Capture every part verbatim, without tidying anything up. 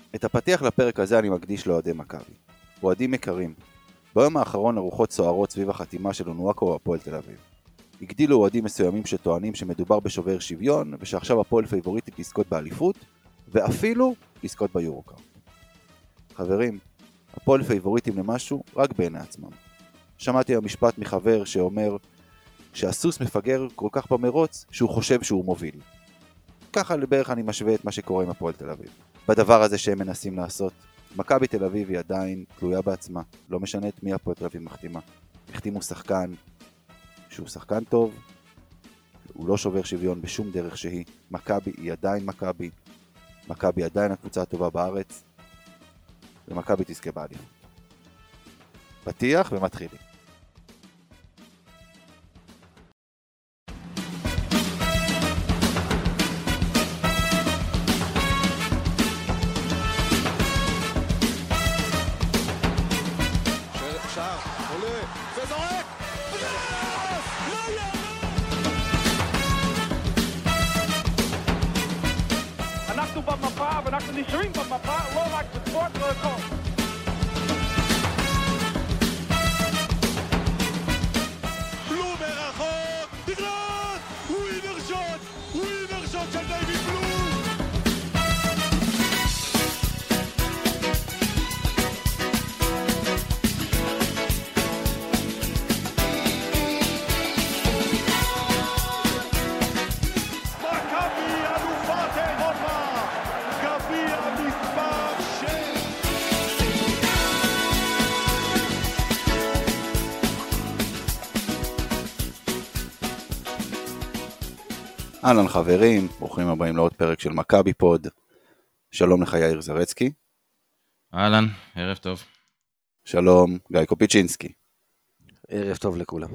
את הפתיח לפרק הזה אני מקדיש לאוהדי מכבי. אוהדים יקרים. ביום האחרון הרוחות סוערות סביב החתימה של אונואקו והפועל תל אביב. הגדילו אוהדים מסוימים שטוענים שמדובר בשובר שוויון, ושעכשיו הפועל פייבוריטית לזכות באליפות, ואפילו לזכות ביורוקאפ. חברים, הפועל פייבוריטים למשהו רק בעיני עצמם. שמעתי המשפט מחבר שאומר שהסוס מפגר כל כך במרוץ שהוא חושב שהוא מוביל. ככה בערך אני משווה את מה שקורה עם הפועל תל אביב. בדבר הזה שהם מנסים לעשות, מכבי תל אביב היא עדיין תלויה בעצמה, לא משנה את מי הפועל תל אביב מחתימה. החתימו שחקן שהוא שחקן טוב, הוא לא שובר שוויון בשום דרך שהיא. מכבי היא עדיין מכבי, מכבי עדיין הקבוצה הטובה בארץ, ומכבי תזכה באליפות. פתיח ומתחילים. אנחנו נשארים במפה, לא רק בספורט, לא הכל. בלום מרחוק, תגלון! הוא איברשוט! הוא איברשוט של דיוויד בלום! אהלן חברים, ברוכים הבאים לעוד פרק של מכבי פוד. שלום לך יאיר זרצקי. אהלן, ערב טוב. שלום גיא קופיצ'ינסקי. ערב טוב לכולם.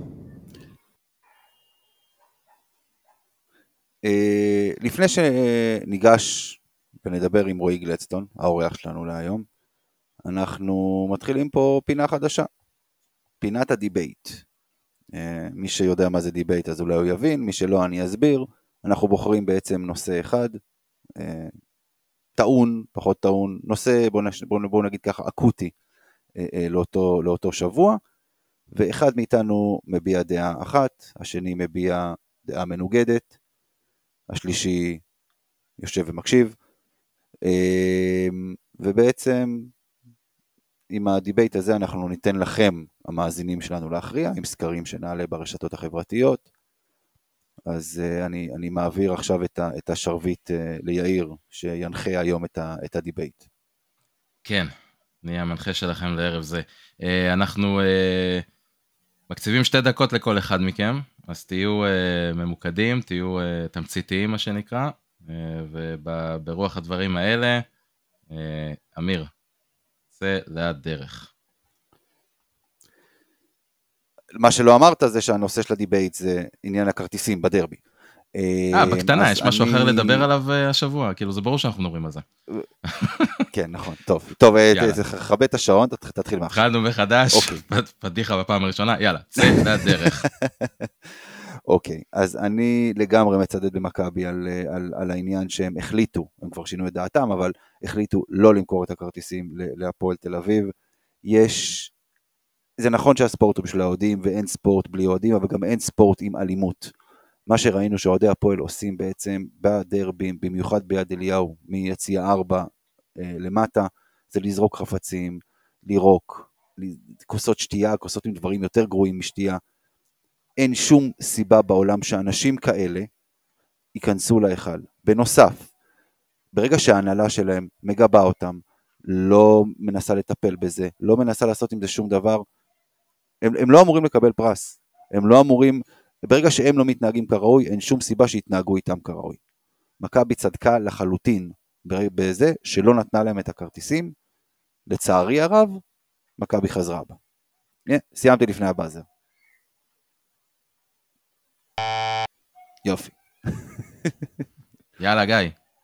אה, לפני שניגש ונדבר עם רועי גלדסטון, האורח שלנו להיום, אנחנו מתחילים פה פינה חדשה. פינת הדיבייט. אה, מי שיודע מה זה דיבייט אז אולי הוא יבין, מי שלא אני אסביר. אנחנו בוחרים בעצם נושא אחד, אה, טעון, פחות טעון, נושא, בוא, נש... בוא, בוא נגיד ככה, אקוטי אה, אה, לאותו, לאותו שבוע, ואחד מאיתנו מביע דעה אחת, השני מביע דעה מנוגדת, השלישי יושב ומקשיב, אה, ובעצם עם הדיבייט הזה אנחנו ניתן לכם, המאזינים שלנו להכריע, עם סקרים שנעלה ברשתות החברתיות, אז uh, אני, אני מעביר עכשיו את, ה, את השרביט uh, ליאיר, שינחה היום את, ה, את הדיבייט. כן, אני המנחה שלכם לערב זה. Uh, אנחנו uh, מקציבים שתי דקות לכל אחד מכם, אז תהיו uh, ממוקדים, תהיו uh, תמציתיים מה שנקרא, uh, וברוח הדברים האלה, uh, אמיר, זה לאט דרך. מה שלא אמרת זה שהנושא של הדיבייט זה עניין הכרטיסים בדרבי. אה, בקטנה, יש משהו אחר לדבר עליו השבוע, כאילו זה ברור שאנחנו מדברים על זה. כן, נכון, טוב, טוב, תכבד את השעון, תתחיל מה. התחלנו מחדש, פדיחה בפעם הראשונה, יאללה, זה הדרך. אוקיי, אז אני לגמרי מצדד במכבי על, על, על העניין שהם החליטו, הם כבר שינו את דעתם, אבל החליטו לא למכור את הכרטיסים להפועל תל אביב. יש... זה נכון שהספורט הוא בשביל האוהדים, ואין ספורט בלי אוהדים, אבל גם אין ספורט עם אלימות. מה שראינו שאוהדי הפועל עושים בעצם בדרבים, במיוחד ביד אליהו, מיציע ארבע אה, למטה, זה לזרוק חפצים, לירוק, כוסות שתייה, כוסות עם דברים יותר גרועים משתייה. אין שום סיבה בעולם שאנשים כאלה ייכנסו להיכל. בנוסף, ברגע שההנהלה שלהם מגבה אותם, לא מנסה לטפל בזה, לא מנסה לעשות עם זה שום דבר, הם, הם לא אמורים לקבל פרס, הם לא אמורים, ברגע שהם לא מתנהגים כראוי, אין שום סיבה שיתנהגו איתם כראוי. מכבי צדקה לחלוטין בזה שלא נתנה להם את הכרטיסים, לצערי הרב, מכבי חזרה בה. Yeah, סיימתי לפני הבאזר. יופי. יאללה גיא.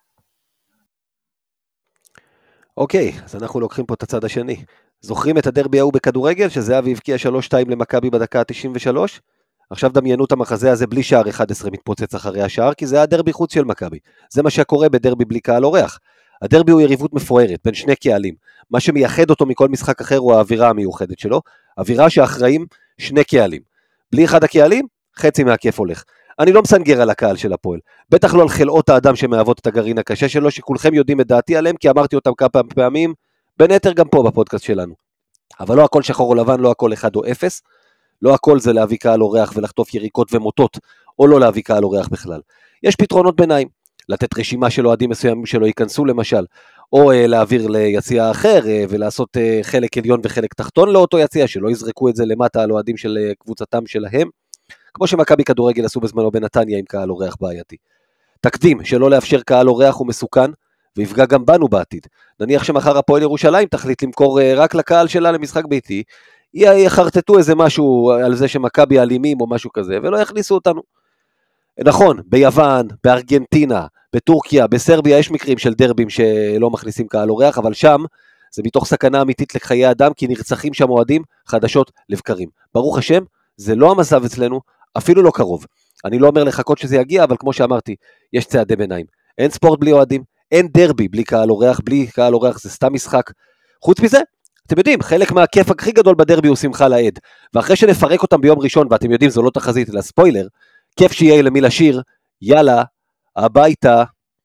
אוקיי, אז אנחנו לוקחים פה את הצד השני. זוכרים את הדרבי ההוא בכדורגל, שזהבי הבקיע שלוש שתיים למכבי בדקה ה-תשעים ושלוש? עכשיו דמיינו את המחזה הזה בלי שער אחד עשרה מתפוצץ אחרי השער, כי זה היה דרבי חוץ של מכבי. זה מה שקורה בדרבי בלי קהל אורח. הדרבי הוא יריבות מפוארת בין שני קהלים, מה שמייחד אותו מכל משחק אחר הוא האווירה המיוחדת שלו, אווירה שאחראים שני קהלים, בלי אחד הקהלים, חצי מהכיף הולך. אני לא מסנגר על הקהל של הפועל, בטח לא על חלאות האדם שמעבוד את הגרעין הקשה שלו, שכולכם יודעים את דעתי עליהם, כי אמרתי אותם כמה פעמים, בין היתר גם פה בפודקאסט שלנו. אבל לא הכל שחור או לבן, לא הכל אחד או אפס, לא הכל זה להביא קהל אורח ולחטוף יריקות ומוטות, או לא להביא קהל אורח בכלל. יש פתרונות ביניים, לתת רשימה של אוהדים מסוימים שלא ייכנסו למשל, או אה, להעביר ליציאה אחר, אה, ולעשות אה, חלק עליון וחלק תחתון לאותו יציאה, שלא יזרקו את זה למטה על אוהדים של אה, קבוצתם שלהם, כמו שמכבי כדורגל עשו בזמנו בנתניה עם קהל אורח בעייתי. תקדים שלא לאפשר קהל אורח הוא מסוכן, ויפגע גם בנו בעתיד. נניח שמחר הפועל ירושלים תחליט למכור אה, רק לקהל שלה למשחק ביתי, יחרטטו איזה משהו על זה שמכבי אלימים או משהו כזה, ולא יכניסו אותנו. נכון, ביוון, בארגנטינה, בטורקיה, בסרביה, יש מקרים של דרבים שלא מכניסים קהל אורח, אבל שם זה מתוך סכנה אמיתית לחיי אדם, כי נרצחים שם אוהדים חדשות לבקרים. ברוך השם, זה לא המצב אצלנו, אפילו לא קרוב. אני לא אומר לחכות שזה יגיע, אבל כמו שאמרתי, יש צעדי ביניים. אין ספורט בלי אוהדים, אין דרבי בלי קהל אורח, בלי קהל אורח זה סתם משחק. חוץ מזה, אתם יודעים, חלק מהכיף הכי גדול בדרבי הוא שמחה לעד, ואחרי שנפרק אותם ביום ראשון, ואתם יודעים, זו לא תחזית, אלא ספוילר, כיף שיהיה למי לשיר, יאללה, הביתה.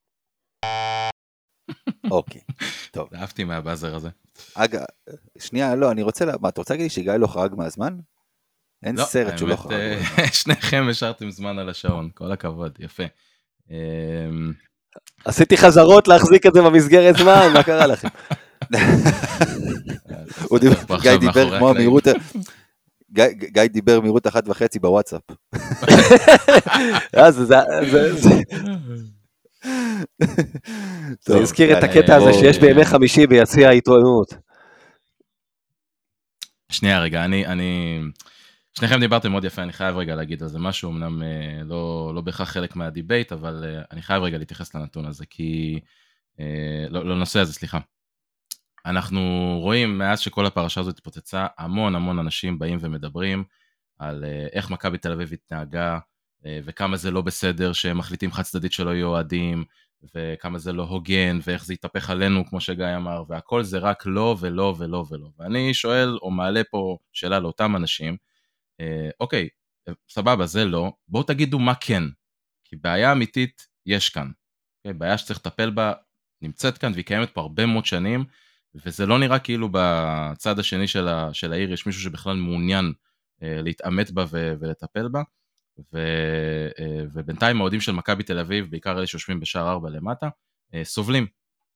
אוקיי, טוב. אהבתי מהבאזר הזה. אגב, שנייה, לא, אני רוצה, מה, אתה רוצה להגיד לי שגיא לא חרג מהזמן? אין סרט שהוא לא חרג. שניכם השארתם זמן על השעון, כל הכבוד, יפה. עשיתי חזרות להחזיק את זה במסגרת זמן, מה קרה לכם? גיא דיבר כמו המהירות, גיא דיבר מהירות אחת וחצי בוואטסאפ. זה הזכיר את הקטע הזה שיש בימי חמישי ביציע העיתונות. שנייה רגע, אני, אני, שניכם דיברתם מאוד יפה, אני חייב רגע להגיד על זה משהו, אמנם לא, לא בהכרח חלק מהדיבייט, אבל אני חייב רגע להתייחס לנתון הזה, כי, לא, לא נושא הזה, סליחה. אנחנו רואים מאז שכל הפרשה הזאת התפוצצה, המון המון אנשים באים ומדברים על איך מכבי תל אביב התנהגה, וכמה זה לא בסדר שהם מחליטים חד צדדית שלא יהיו אוהדים, וכמה זה לא הוגן, ואיך זה יתהפך עלינו, כמו שגיא אמר, והכל זה רק לא ולא ולא ולא. ואני שואל או מעלה פה שאלה לאותם אנשים, אוקיי, סבבה, זה לא, בואו תגידו מה כן, כי בעיה אמיתית יש כאן, בעיה שצריך לטפל בה, נמצאת כאן והיא קיימת פה הרבה מאוד שנים, וזה לא נראה כאילו בצד השני של, ה, של העיר יש מישהו שבכלל מעוניין אה, להתאמת בה ו, ולטפל בה, ו, אה, ובינתיים האוהדים של מכבי תל אביב, בעיקר אלה שיושבים בשער ארבע למטה, אה, סובלים.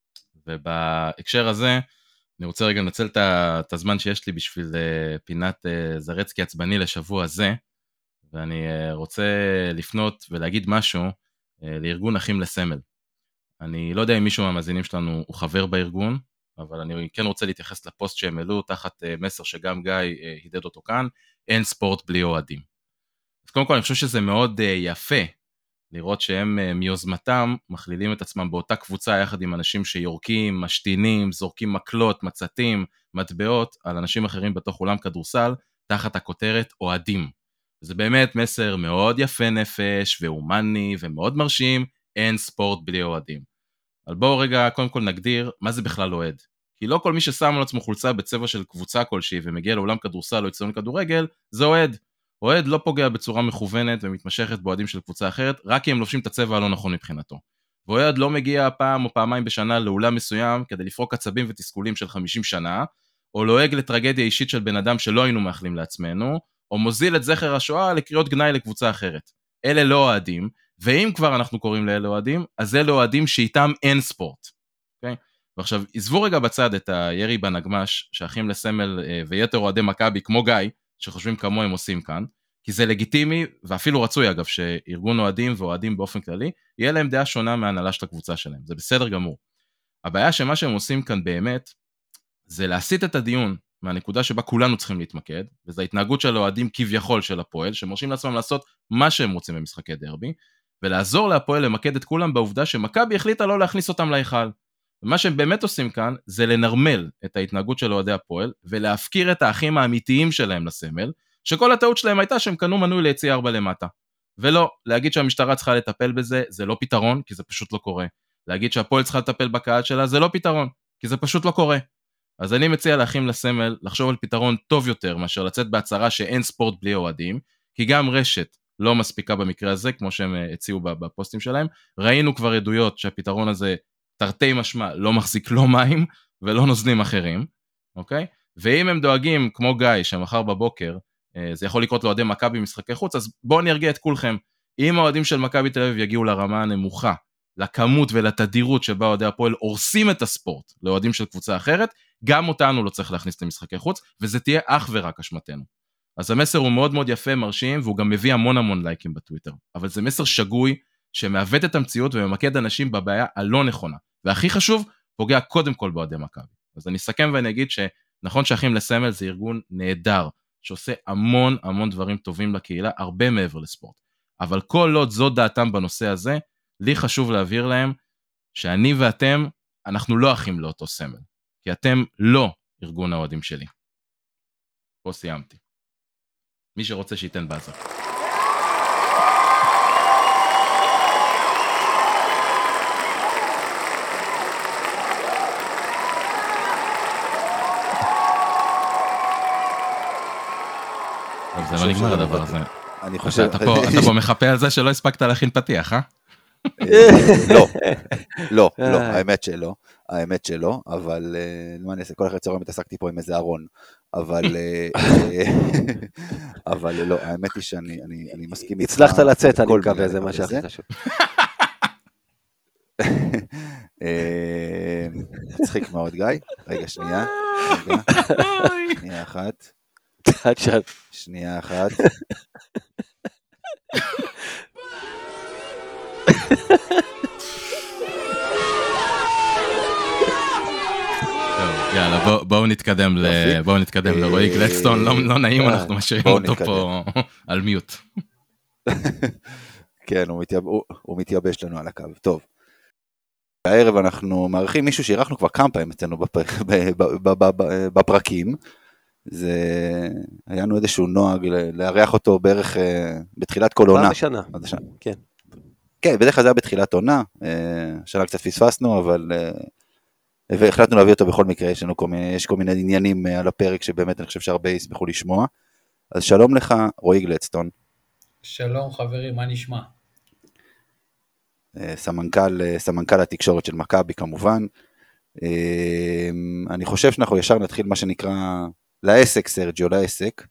ובהקשר הזה, אני רוצה רגע לנצל את, את הזמן שיש לי בשביל אה, פינת אה, זרצקי עצבני לשבוע הזה, ואני אה, רוצה לפנות ולהגיד משהו אה, לארגון אחים לסמל. אני לא יודע אם מישהו מהמאזינים שלנו הוא חבר בארגון, אבל אני כן רוצה להתייחס לפוסט שהם העלו תחת מסר שגם גיא הידד אותו כאן, אין ספורט בלי אוהדים. אז קודם כל אני חושב שזה מאוד יפה, לראות שהם מיוזמתם מכלילים את עצמם באותה קבוצה יחד עם אנשים שיורקים, משתינים, זורקים מקלות, מצתים, מטבעות על אנשים אחרים בתוך אולם כדורסל, תחת הכותרת אוהדים. זה באמת מסר מאוד יפה נפש והומני ומאוד מרשים, אין ספורט בלי אוהדים. אבל בואו רגע קודם כל נגדיר מה זה בכלל אוהד. כי לא כל מי ששם על עצמו חולצה בצבע של קבוצה כלשהי ומגיע לאולם כדורסל או אצטדיון כדורגל, זה אוהד. אוהד לא פוגע בצורה מכוונת ומתמשכת באוהדים של קבוצה אחרת, רק כי הם לובשים את הצבע הלא נכון מבחינתו. ואוהד לא מגיע פעם או פעמיים בשנה לאולם מסוים כדי לפרוק עצבים ותסכולים של חמישים שנה, או לועג לטרגדיה אישית של בן אדם שלא היינו מאחלים לעצמנו, או מוזיל את זכר השואה לקריאות גנאי לקבוצה אחרת. אלה לא אוהדים, ואם כבר אנחנו קוראים לאלה אוהדים, אז אלה אוהדים שאיתם אין ספורט. Okay? ועכשיו, עזבו רגע בצד את הירי בנגמש, שאחים לסמל ויתר אוהדי מכבי, כמו גיא, שחושבים כמו הם עושים כאן, כי זה לגיטימי, ואפילו רצוי אגב, שארגון אוהדים ואוהדים באופן כללי, יהיה להם דעה שונה מהנהלה של הקבוצה שלהם. זה בסדר גמור. הבעיה שמה שהם עושים כאן באמת, זה להסיט את הדיון מהנקודה שבה כולנו צריכים להתמקד, וזו ההתנהגות של אוהדים כביכול של הפועל, שמרשים לעצמם לעשות מה שהם רוצים במשחקי דרבי, ולעזור להפועל למקד את כולם בעובדה שמכבי החליטה לא להכניס אותם להיכל. ומה שהם באמת עושים כאן, זה לנרמל את ההתנהגות של אוהדי הפועל, ולהפקיר את האחים האמיתיים שלהם לסמל, שכל הטעות שלהם הייתה שהם קנו מנוי ליציע ארבע למטה. ולא, להגיד שהמשטרה צריכה לטפל בזה, זה לא פתרון, כי זה פשוט לא קורה. להגיד שהפועל צריכה לטפל בקהל שלה, זה לא פתרון, כי זה פשוט לא קורה. אז אני מציע לאחים לסמל לחשוב על פתרון טוב יותר, מאשר לצאת בהצהרה שאין ספורט בלי אוהדים, כי גם רשת לא מספיקה במקרה הזה, כמו שהם הציעו בפוסטים שלהם. ראינו כבר עדויות שהפתרון הזה, תרתי משמע, לא מחזיק לא מים ולא נוזלים אחרים, אוקיי? ואם הם דואגים, כמו גיא, שמחר בבוקר, זה יכול לקרות לאוהדי מכבי משחקי חוץ, אז בואו נרגיע את כולכם. אם האוהדים של מכבי תל אביב יגיעו לרמה הנמוכה, לכמות ולתדירות שבה אוהדי הפועל הורסים את הספורט לאוהדים של קבוצה אחרת, גם אותנו לא צריך להכניס למשחקי חוץ, וזה תהיה אך ורק אשמתנו. אז המסר הוא מאוד מאוד יפה, מרשים, והוא גם מביא המון המון לייקים בטוויטר. אבל זה מסר שגוי, שמעוות את המציאות וממקד אנשים בבעיה הלא נכונה. והכי חשוב, פוגע קודם כל באוהדי מכבי. אז אני אסכם ואני אגיד שנכון שאחים לסמל זה ארגון נהדר, שעושה המון המון דברים טובים לקהילה, הרבה מעבר לספורט. אבל כל עוד זו דעתם בנושא הזה, לי חשוב להעביר להם שאני ואתם, אנחנו לא אחים לאותו סמל, כי אתם לא ארגון האוהדים שלי. פה סיימתי. מי שרוצה שייתן בעזר. זה לא נגמר הדבר הזה. אני חושב... אתה פה מחפה על זה שלא הספקת להכין פתיח, אה? לא, לא, לא, האמת שלא, האמת שלא, אבל מה אני אעשה, כל אחרי צהריים התעסקתי פה עם איזה ארון, אבל אבל לא, האמת היא שאני מסכים איתך. הצלחת לצאת, אני מקווה, זה מה שהכי חשוב. מצחיק מאוד, גיא. רגע, שנייה. שנייה אחת. שנייה אחת. יאללה, בואו נתקדם בואו נתקדם לרועי גלדסטון, לא נעים, אנחנו משאירים אותו פה על מיוט. כן, הוא מתייבש לנו על הקו. טוב. הערב אנחנו מארחים מישהו שאירחנו כבר כמה פעמים אצלנו בפרקים. זה היה לנו איזשהו נוהג לארח אותו בערך בתחילת כל עונה. פעם בשנה. כן. כן, בדרך כלל זה היה בתחילת עונה, השנה קצת פספסנו, אבל והחלטנו להביא אותו בכל מקרה, יש לנו כל מיני, יש כל מיני עניינים על הפרק שבאמת אני חושב שהרבה ישמחו לשמוע. אז שלום לך, רועי גלדסטון. שלום חברים, מה נשמע? סמנכ"ל, סמנכ"ל התקשורת של מכבי כמובן. אני חושב שאנחנו ישר נתחיל מה שנקרא לעסק, סרג'יו, לעסק.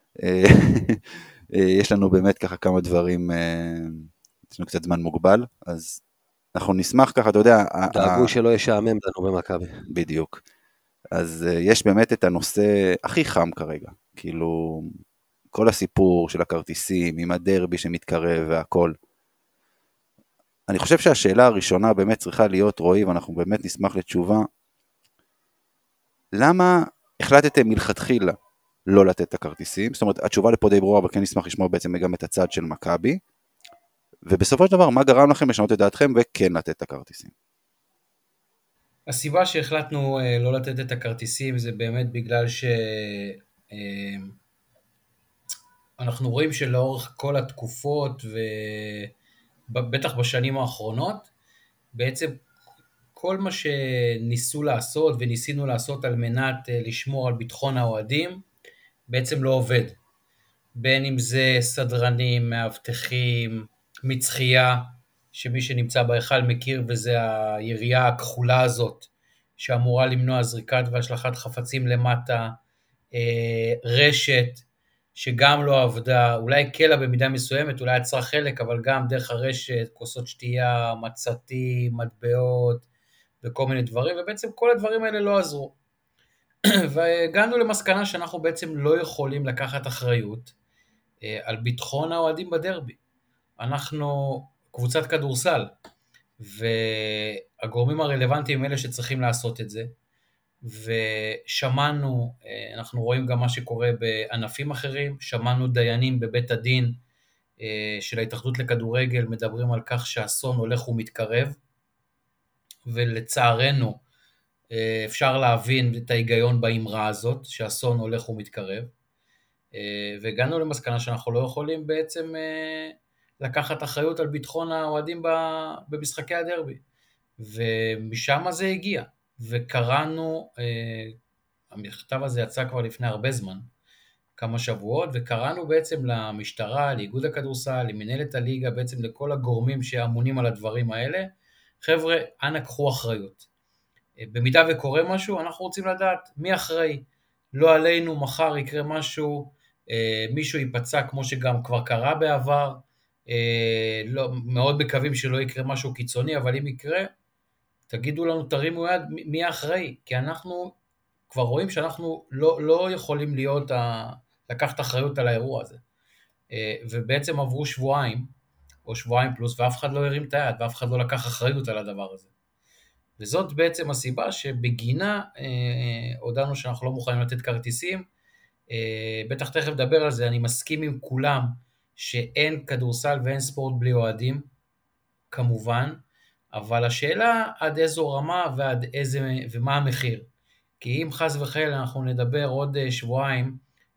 יש לנו באמת ככה כמה דברים, יש לנו קצת זמן מוגבל, אז אנחנו נשמח ככה, אתה יודע... דאגו שלא ישעמם לנו במכבי. בדיוק. אז יש באמת את הנושא הכי חם כרגע, כאילו כל הסיפור של הכרטיסים, עם הדרבי שמתקרב והכל. אני חושב שהשאלה הראשונה באמת צריכה להיות, רועי, ואנחנו באמת נשמח לתשובה, למה החלטתם מלכתחילה לא לתת את הכרטיסים? זאת אומרת, התשובה לפה די ברורה, אבל כן נשמח לשמוע בעצם גם את הצד של מכבי, ובסופו של דבר, מה גרם לכם לשנות את דעתכם וכן לתת את הכרטיסים? הסיבה שהחלטנו לא לתת את הכרטיסים זה באמת בגלל שאנחנו רואים שלאורך כל התקופות ובטח בשנים האחרונות, בעצם כל מה שניסו לעשות וניסינו לעשות על מנת לשמור על ביטחון האוהדים, בעצם לא עובד. בין אם זה סדרנים, מאבטחים, מצחייה, שמי שנמצא בהיכל מכיר, וזה הירייה הכחולה הזאת, שאמורה למנוע זריקת והשלכת חפצים למטה, רשת, שגם לא עבדה, אולי קלה במידה מסוימת, אולי עצרה חלק, אבל גם דרך הרשת, כוסות שתייה, מצתים, מטבעות, וכל מיני דברים, ובעצם כל הדברים האלה לא עזרו. והגענו למסקנה שאנחנו בעצם לא יכולים לקחת אחריות על ביטחון האוהדים בדרבי. אנחנו קבוצת כדורסל, והגורמים הרלוונטיים הם אלה שצריכים לעשות את זה, ושמענו, אנחנו רואים גם מה שקורה בענפים אחרים, שמענו דיינים בבית הדין של ההתאחדות לכדורגל, מדברים על כך שהאסון הולך ומתקרב, ולצערנו אפשר להבין את ההיגיון באמרה הזאת, שהאסון הולך ומתקרב, והגענו למסקנה שאנחנו לא יכולים בעצם לקחת אחריות על ביטחון האוהדים במשחקי הדרבי. ומשם זה הגיע, וקראנו, המכתב הזה יצא כבר לפני הרבה זמן, כמה שבועות, וקראנו בעצם למשטרה, לאיגוד הכדורסל, למנהלת הליגה, בעצם לכל הגורמים שאמונים על הדברים האלה, חבר'ה, אנא קחו אחריות. במידה וקורה משהו, אנחנו רוצים לדעת מי אחראי. לא עלינו, מחר יקרה משהו, מישהו ייפצע כמו שגם כבר קרה בעבר, לא, מאוד מקווים שלא יקרה משהו קיצוני, אבל אם יקרה, תגידו לנו, תרימו יד, מי האחראי? כי אנחנו כבר רואים שאנחנו לא, לא יכולים להיות, ה... לקחת אחריות על האירוע הזה. ובעצם עברו שבועיים, או שבועיים פלוס, ואף אחד לא הרים את היד, ואף אחד לא לקח אחריות על הדבר הזה. וזאת בעצם הסיבה שבגינה אה, הודענו שאנחנו לא מוכנים לתת כרטיסים, אה, בטח תכף דבר על זה, אני מסכים עם כולם שאין כדורסל ואין ספורט בלי אוהדים, כמובן, אבל השאלה עד איזו רמה ועד איזה, ומה המחיר. כי אם חס וחלילה אנחנו נדבר עוד שבועיים,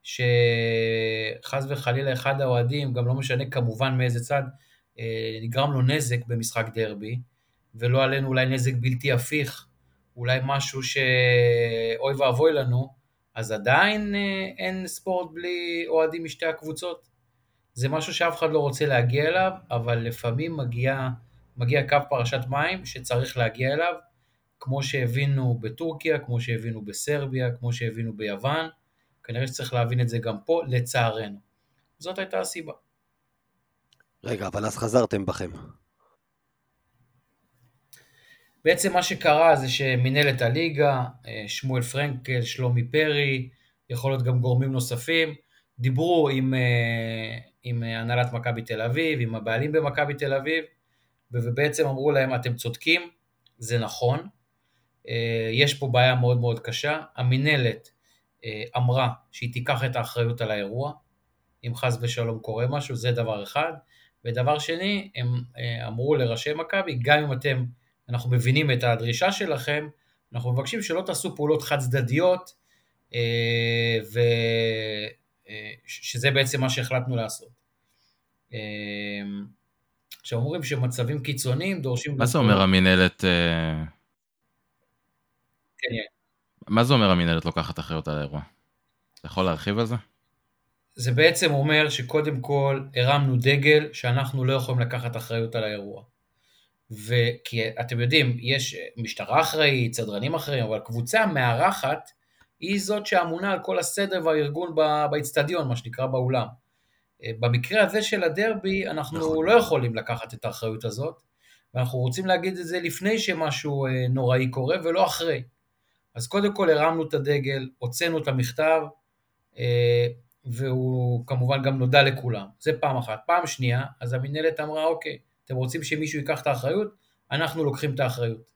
שחס וחלילה אחד האוהדים, גם לא משנה כמובן מאיזה צד, אה, נגרם לו נזק במשחק דרבי, ולא עלינו אולי נזק בלתי הפיך, אולי משהו שאוי ואבוי לנו, אז עדיין אין ספורט בלי אוהדים משתי הקבוצות. זה משהו שאף אחד לא רוצה להגיע אליו, אבל לפעמים מגיע, מגיע קו פרשת מים שצריך להגיע אליו, כמו שהבינו בטורקיה, כמו שהבינו בסרביה, כמו שהבינו ביוון, כנראה שצריך להבין את זה גם פה, לצערנו. זאת הייתה הסיבה. רגע, אבל אז חזרתם בכם. בעצם מה שקרה זה שמנהלת הליגה, שמואל פרנקל, שלומי פרי, יכול להיות גם גורמים נוספים, דיברו עם, עם הנהלת מכבי תל אביב, עם הבעלים במכבי תל אביב, ובעצם אמרו להם, אתם צודקים, זה נכון, יש פה בעיה מאוד מאוד קשה, המנהלת אמרה שהיא תיקח את האחריות על האירוע, אם חס ושלום קורה משהו, זה דבר אחד, ודבר שני, הם אמרו לראשי מכבי, גם אם אתם, אנחנו מבינים את הדרישה שלכם, אנחנו מבקשים שלא תעשו פעולות חד צדדיות, ושזה בעצם מה שהחלטנו לעשות. שאומרים שמצבים קיצוניים דורשים... מה זה אומר המנהלת... כן, מה זה אומר המנהלת לוקחת אחריות על האירוע? אתה יכול להרחיב על זה? זה בעצם אומר שקודם כל הרמנו דגל שאנחנו לא יכולים לקחת אחריות על האירוע. וכי אתם יודעים, יש משטרה אחראית, סדרנים אחרים, אבל קבוצה מארחת היא זאת שאמונה על כל הסדר והארגון באצטדיון, מה שנקרא באולם. במקרה הזה של הדרבי, אנחנו נכון. לא יכולים לקחת את האחריות הזאת, ואנחנו רוצים להגיד את זה לפני שמשהו נוראי קורה, ולא אחרי. אז קודם כל הרמנו את הדגל, הוצאנו את המכתב, והוא כמובן גם נודע לכולם. זה פעם אחת. פעם שנייה, אז המנהלת אמרה, אוקיי, אתם רוצים שמישהו ייקח את האחריות? אנחנו לוקחים את האחריות.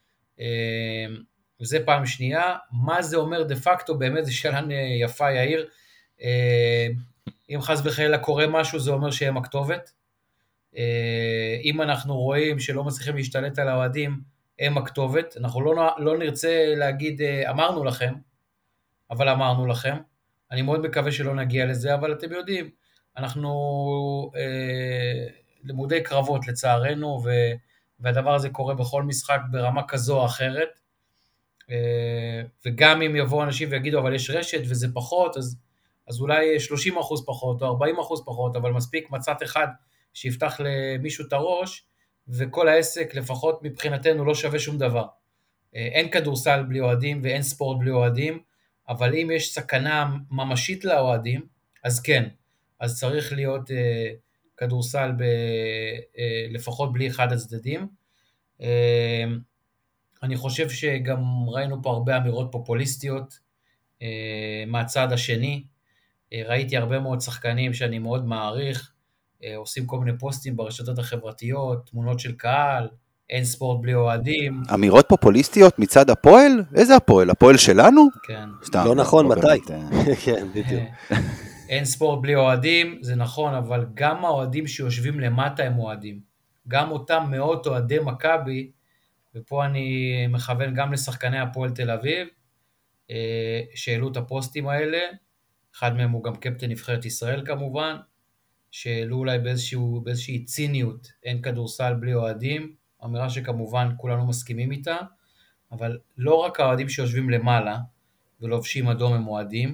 וזה פעם שנייה. מה זה אומר דה פקטו? באמת זה שאלה יפה, יאיר. אם חס וחלילה קורה משהו, זה אומר שהם הכתובת. אם אנחנו רואים שלא מצליחים להשתלט על האוהדים, הם הכתובת. אנחנו לא, לא נרצה להגיד, אמרנו לכם, אבל אמרנו לכם. אני מאוד מקווה שלא נגיע לזה, אבל אתם יודעים, אנחנו אה, למודי קרבות לצערנו, ו, והדבר הזה קורה בכל משחק ברמה כזו או אחרת, אה, וגם אם יבואו אנשים ויגידו, אבל יש רשת וזה פחות, אז, אז אולי שלושים אחוז פחות או ארבעים אחוז פחות, אבל מספיק מצאת אחד שיפתח למישהו את הראש, וכל העסק לפחות מבחינתנו לא שווה שום דבר. אה, אין כדורסל בלי אוהדים ואין ספורט בלי אוהדים, אבל אם יש סכנה ממשית לאוהדים, אז כן, אז צריך להיות אה, כדורסל ב, אה, לפחות בלי אחד הצדדים. אה, אני חושב שגם ראינו פה הרבה אמירות פופוליסטיות אה, מהצד השני, אה, ראיתי הרבה מאוד שחקנים שאני מאוד מעריך, אה, עושים כל מיני פוסטים ברשתות החברתיות, תמונות של קהל, אין ספורט בלי אוהדים. אמירות פופוליסטיות מצד הפועל? איזה הפועל? הפועל שלנו? כן. סתם, לא נכון, לא מתי? באמת. כן, בדיוק. אין ספורט בלי אוהדים, זה נכון, אבל גם האוהדים שיושבים למטה הם אוהדים. גם אותם מאות אוהדי מכבי, ופה אני מכוון גם לשחקני הפועל תל אביב, שהעלו את הפוסטים האלה, אחד מהם הוא גם קפטן נבחרת ישראל כמובן, שהעלו אולי באיזשהו, באיזושהי ציניות, אין כדורסל בלי אוהדים, אמירה שכמובן כולנו מסכימים איתה, אבל לא רק האוהדים שיושבים למעלה ולובשים אדום הם אוהדים,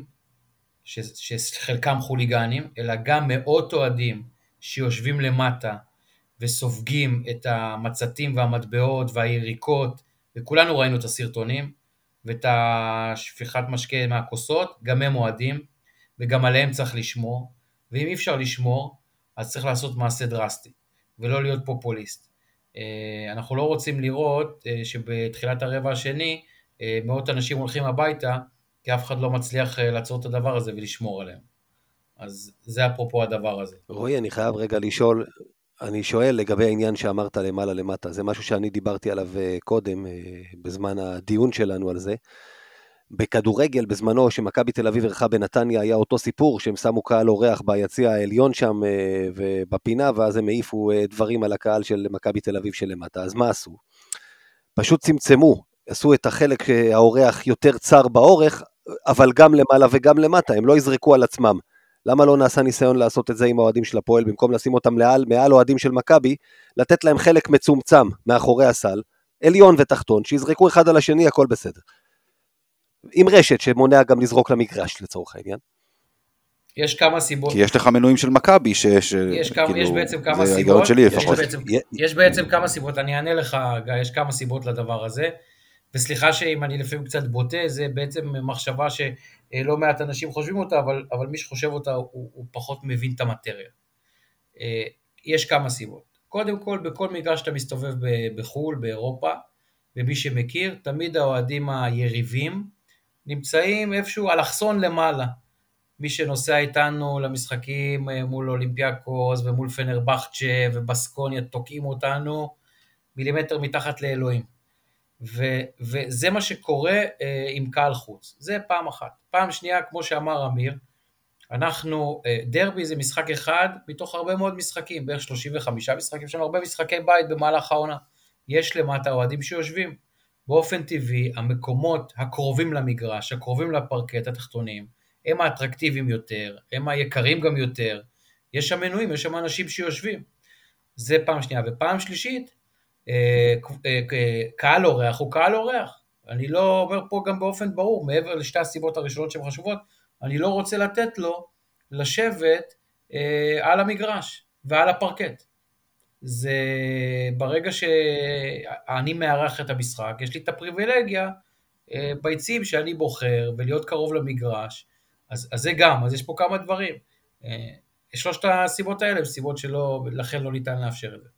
שחלקם חוליגנים, אלא גם מאות אוהדים שיושבים למטה וסופגים את המצתים והמטבעות והיריקות, וכולנו ראינו את הסרטונים, ואת השפיכת משקה מהכוסות, גם הם אוהדים, וגם עליהם צריך לשמור, ואם אי אפשר לשמור, אז צריך לעשות מעשה דרסטי, ולא להיות פופוליסט. אנחנו לא רוצים לראות שבתחילת הרבע השני, מאות אנשים הולכים הביתה, כי אף אחד לא מצליח לעצור את הדבר הזה ולשמור עליהם. אז זה אפרופו הדבר הזה. רועי, אני חייב רגע לשאול, אני שואל לגבי העניין שאמרת למעלה למטה, זה משהו שאני דיברתי עליו קודם, בזמן הדיון שלנו על זה. בכדורגל בזמנו שמכבי תל אביב ערכה בנתניה היה אותו סיפור, שהם שמו קהל אורח ביציע העליון שם ובפינה, ואז הם העיפו דברים על הקהל של מכבי תל אביב שלמטה. אז מה עשו? פשוט צמצמו, עשו את החלק האורח יותר צר באורך, אבל גם למעלה וגם למטה, הם לא יזרקו על עצמם. למה לא נעשה ניסיון לעשות את זה עם האוהדים של הפועל, במקום לשים אותם מעל, מעל אוהדים של מכבי, לתת להם חלק מצומצם מאחורי הסל, עליון ותחתון, שיזרקו אחד על השני, הכל בסדר. עם רשת שמונע גם לזרוק למגרש לצורך העניין. יש כמה סיבות. כי יש לך מנויים של מכבי ש... יש, כמה, יש בעצם כמה סיבות. שלי, יש, לפחות. בעצם, יש בעצם כמה סיבות, אני אענה לך, יש כמה סיבות לדבר הזה, וסליחה שאם אני לפעמים קצת בוטה, זה בעצם מחשבה שלא מעט אנשים חושבים אותה, אבל, אבל מי שחושב אותה הוא, הוא פחות מבין את המטריה. יש כמה סיבות. קודם כל, בכל מגרש שאתה מסתובב בחול, באירופה, ומי שמכיר, תמיד האוהדים היריבים נמצאים איפשהו אלכסון למעלה. מי שנוסע איתנו למשחקים מול אולימפיאקוס ומול פנרבחצ'ה ובסקוניה תוקעים אותנו מילימטר מתחת לאלוהים. ו- וזה מה שקורה אה, עם קהל חוץ. זה פעם אחת. פעם שנייה, כמו שאמר אמיר, אנחנו, אה, דרבי זה משחק אחד מתוך הרבה מאוד משחקים, בערך שלושים וחמישה משחקים, יש לנו הרבה משחקי בית במהלך העונה. יש למטה אוהדים שיושבים. באופן טבעי, המקומות הקרובים למגרש, הקרובים לפרקט התחתונים, הם האטרקטיביים יותר, הם היקרים גם יותר, יש שם מנויים, יש שם אנשים שיושבים. זה פעם שנייה. ופעם שלישית, קהל אורח הוא קהל אורח. אני לא אומר פה גם באופן ברור, מעבר לשתי הסיבות הראשונות שהן חשובות, אני לא רוצה לתת לו לשבת על המגרש ועל הפרקט. זה ברגע שאני מארח את המשחק, יש לי את הפריבילגיה ביציעים שאני בוחר ולהיות קרוב למגרש, אז, אז זה גם, אז יש פה כמה דברים. שלושת הסיבות האלה, סיבות שלא, לכן לא ניתן לאפשר את זה.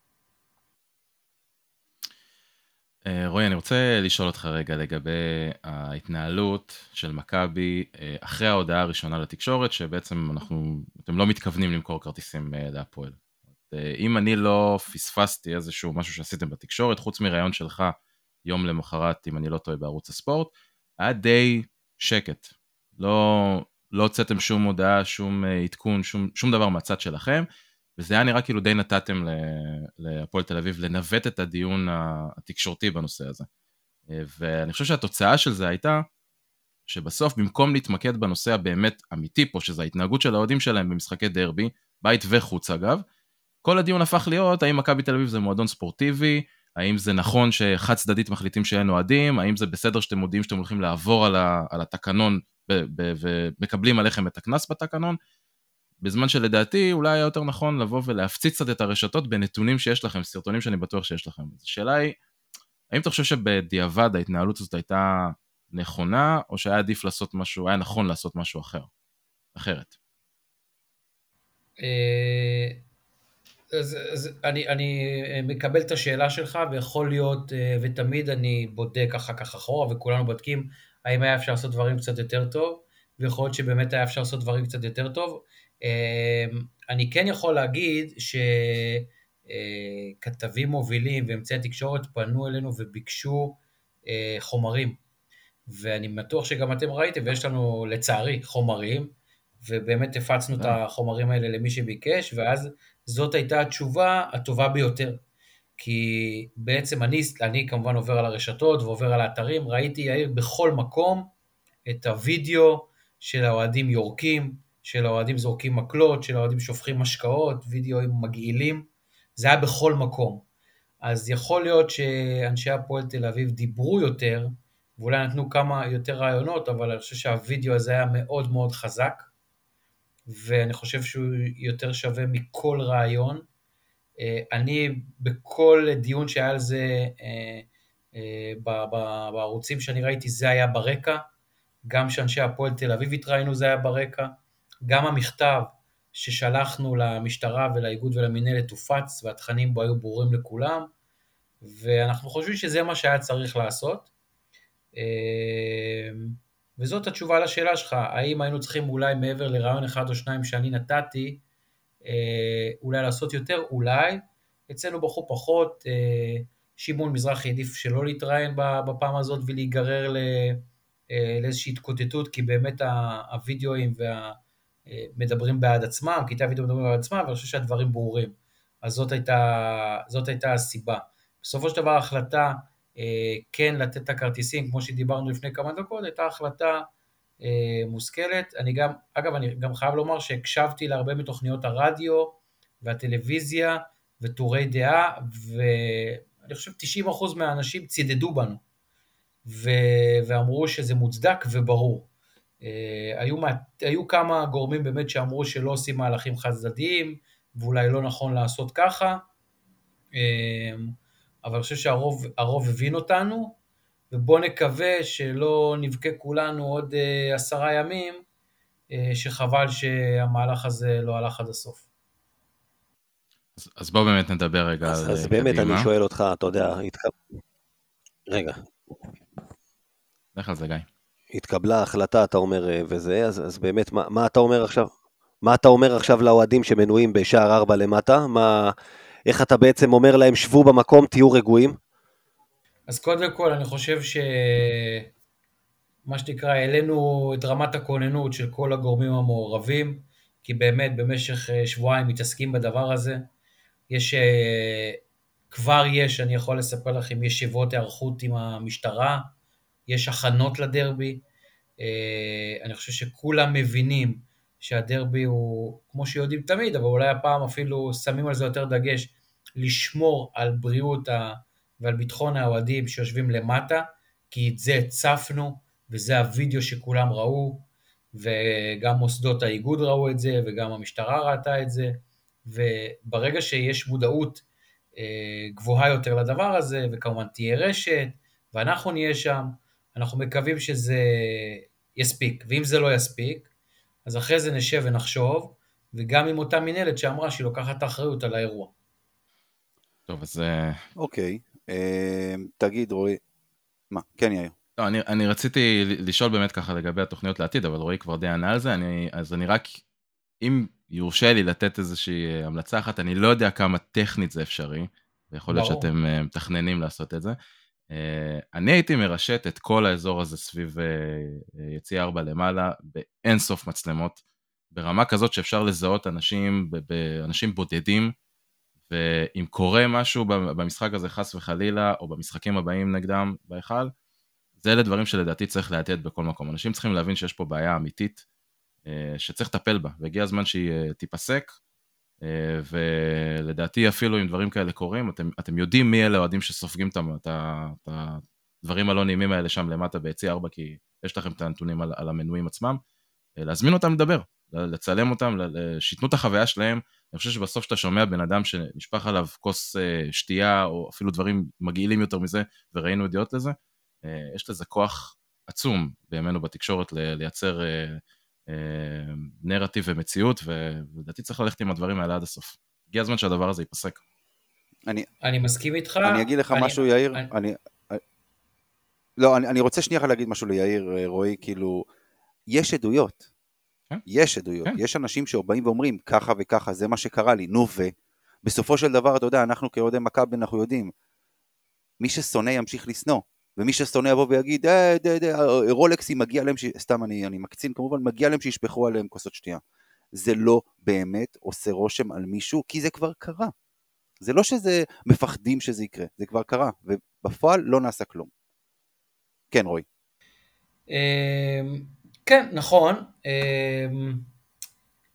רועי, אני רוצה לשאול אותך רגע לגבי ההתנהלות של מכבי אחרי ההודעה הראשונה לתקשורת, שבעצם אנחנו, אתם לא מתכוונים למכור כרטיסים להפועל. אם אני לא פספסתי איזשהו משהו שעשיתם בתקשורת, חוץ מראיון שלך יום למחרת, אם אני לא טועה בערוץ הספורט, היה די שקט. לא, לא הוצאתם שום הודעה, שום עדכון, שום, שום דבר מהצד שלכם, וזה היה נראה כאילו די נתתם להפועל תל אביב לנווט את הדיון התקשורתי בנושא הזה. ואני חושב שהתוצאה של זה הייתה, שבסוף במקום להתמקד בנושא הבאמת אמיתי פה, שזה ההתנהגות של האוהדים שלהם במשחקי דרבי, בית וחוץ אגב, כל הדיון הפך להיות, האם מכבי תל אביב זה מועדון ספורטיבי, האם זה נכון שחד צדדית מחליטים שאין אוהדים, האם זה בסדר שאתם מודיעים שאתם הולכים לעבור על, ה, על התקנון, ומקבלים עליכם את הכנס בתקנון, בזמן שלדעתי אולי היה יותר נכון לבוא ולהפציץ קצת את הרשתות בנתונים שיש לכם, סרטונים שאני בטוח שיש לכם. השאלה היא, האם אתה חושב שבדיעבד ההתנהלות הזאת הייתה נכונה, או שהיה עדיף לעשות משהו, היה נכון לעשות משהו אחר, אחרת? אז, אז אני, אני מקבל את השאלה שלך, ויכול להיות, ותמיד אני בודק אחר כך אחורה, וכולנו בודקים, האם היה אפשר לעשות דברים קצת יותר טוב, ויכול להיות שבאמת היה אפשר לעשות דברים קצת יותר טוב. אני כן יכול להגיד שכתבים מובילים ואמצעי התקשורת פנו אלינו וביקשו חומרים, ואני בטוח שגם אתם ראיתם, ויש לנו לצערי חומרים, ובאמת הפצנו את החומרים האלה למי שביקש, ואז זאת הייתה התשובה הטובה ביותר, כי בעצם אני, אני כמובן עובר על הרשתות ועובר על האתרים, ראיתי יאיר בכל מקום את הוידאו של האוהדים יורקים, של האוהדים זורקים מקלות, של האוהדים שופכים משקאות, וידאוים מגעילים, זה היה בכל מקום. אז יכול להיות שאנשי הפועל תל אביב דיברו יותר, ואולי נתנו כמה יותר רעיונות, אבל אני חושב שהווידאו הזה היה מאוד מאוד חזק, ואני חושב שהוא יותר שווה מכל רעיון. אני בכל דיון שהיה על זה בערוצים שאני ראיתי, זה היה ברקע, גם שאנשי הפועל תל אביב התראינו זה היה ברקע, גם המכתב ששלחנו למשטרה ולאיגוד ולמנהלת הופץ, והתכנים בו היו ברורים לכולם, ואנחנו חושבים שזה מה שהיה צריך לעשות. וזאת התשובה לשאלה שלך, האם היינו צריכים אולי מעבר לרעיון אחד או שניים שאני נתתי, אולי לעשות יותר, אולי, אצלנו בחור פחות, שמעון מזרחי עדיף שלא להתראיין בפעם הזאת ולהיגרר לאיזושהי התקוטטות, כי באמת הווידאוים מדברים בעד עצמם, קטעי הווידאו מדברים בעד עצמם, ואני חושב שהדברים ברורים. אז זאת הייתה, זאת הייתה הסיבה. בסופו של דבר ההחלטה, כן לתת את הכרטיסים, כמו שדיברנו לפני כמה דקות, הייתה החלטה מושכלת. אני גם, אגב, אני גם חייב לומר שהקשבתי להרבה מתוכניות הרדיו והטלוויזיה וטורי דעה, ואני חושב תשעים אחוז מהאנשים צידדו בנו, ואמרו שזה מוצדק וברור. היו, היו כמה גורמים באמת שאמרו שלא עושים מהלכים חד צדדיים, ואולי לא נכון לעשות ככה, אבל אני חושב שהרוב הרוב הבין אותנו, ובוא נקווה שלא נבכה כולנו עוד עשרה ימים, שחבל שהמהלך הזה לא הלך עד הסוף. אז, אז בואו באמת נדבר רגע אז, על אז באמת קדימה. אני שואל אותך, אתה יודע, התקב... רגע. לך על זה, גיא. התקבלה החלטה, אתה אומר, וזה, אז, אז באמת, מה, מה אתה אומר עכשיו? מה אתה אומר עכשיו לאוהדים שמנויים בשער ארבע למטה? מה, איך אתה בעצם אומר להם, שבו במקום, תהיו רגועים? אז קודם כל, אני חושב ש... מה שתקרא, העלינו את רמת הכוננות של כל הגורמים המעורבים, כי באמת במשך שבועיים מתעסקים בדבר הזה. יש, כבר יש, אני יכול לספר לכם, ישיבות הערכות עם המשטרה, יש הכנות לדרבי, אני חושב שכולם מבינים שהדרבי הוא, כמו שיודעים תמיד, אבל אולי הפעם אפילו שמים על זה יותר דגש, לשמור על בריאות ועל ביטחון האוהדים שיושבים למטה, כי את זה צפנו, וזה הווידאו שכולם ראו, וגם מוסדות האיגוד ראו את זה, וגם המשטרה ראתה את זה, וברגע שיש מודעות גבוהה יותר לדבר הזה, וכמובן תהיה רשת, ואנחנו נהיה שם, אנחנו מקווים שזה יספיק, ואם זה לא יספיק, אז אחרי זה נשב ונחשוב, וגם עם אותה מנהלת שאמרה שהיא לוקחת האחריות על האירוע. טוב, אז... אוקיי, תגיד רועי, מה? כן יאיר. לא, אני, אני רציתי לשאול באמת ככה לגבי התוכניות לעתיד, אבל רועי כבר די ענה על זה, אני, אז אני רק, אם יורשה לי לתת איזושהי המלצה אחת, אני לא יודע כמה טכנית זה אפשרי, ויכול להיות שאתם מתכננים לעשות את זה. אני הייתי מרשת את כל האזור הזה סביב יציאה ארבע למעלה, באין סוף מצלמות, ברמה כזאת שאפשר לזהות אנשים, אנשים בודדים, ואם קורה משהו במשחק הזה חס וחלילה, או במשחקים הבאים נגדם בהיכל, זה אלה דברים שלדעתי צריך להטייד בכל מקום. אנשים צריכים להבין שיש פה בעיה אמיתית, שצריך לטפל בה, והגיע הזמן שהיא תיפסק, ולדעתי אפילו אם דברים כאלה קורים, אתם, אתם יודעים מי אלה האוהדים שסופגים את הדברים הלא נעימים האלה שם למטה ביציע ארבע, כי יש לכם את הנתונים על, על המנויים עצמם, להזמין אותם לדבר, לצלם אותם, שיתנו את החוויה שלהם. אני חושב שבסוף שאתה שומע בן אדם שנשפך עליו כוס שתייה, או אפילו דברים מגעילים יותר מזה, וראינו ידיעות לזה, יש לזה כוח עצום בימינו בתקשורת לייצר נרטיב ומציאות, ולדעתי צריך ללכת עם הדברים האלה עד הסוף. הגיע הזמן שהדבר הזה ייפסק. אני, אני מסכים איתך. אני אגיד לך אני, משהו, יאיר. אני... אני, לא, אני, אני רוצה שנייה להגיד משהו ליאיר, רועי, כאילו, יש עדויות. כן? יש עדויות. כן. יש אנשים שבאים ואומרים, ככה וככה, זה מה שקרה לי, נו ו... בסופו של דבר, אתה יודע, אנחנו כאוהדי מכבי, אנחנו יודעים, מי ששונא ימשיך לשנוא. ומי ששונא יבוא ויגיד, אה, דה, דה, רולקסים מגיע להם, ש... סתם אני, אני מקצין כמובן, מגיע להם שישפכו עליהם כוסות שתייה. זה לא באמת עושה רושם על מישהו, כי זה כבר קרה. זה לא שזה מפחדים שזה יקרה, זה כבר קרה, ובפועל לא נעשה כלום. כן, רועי. כן, נכון.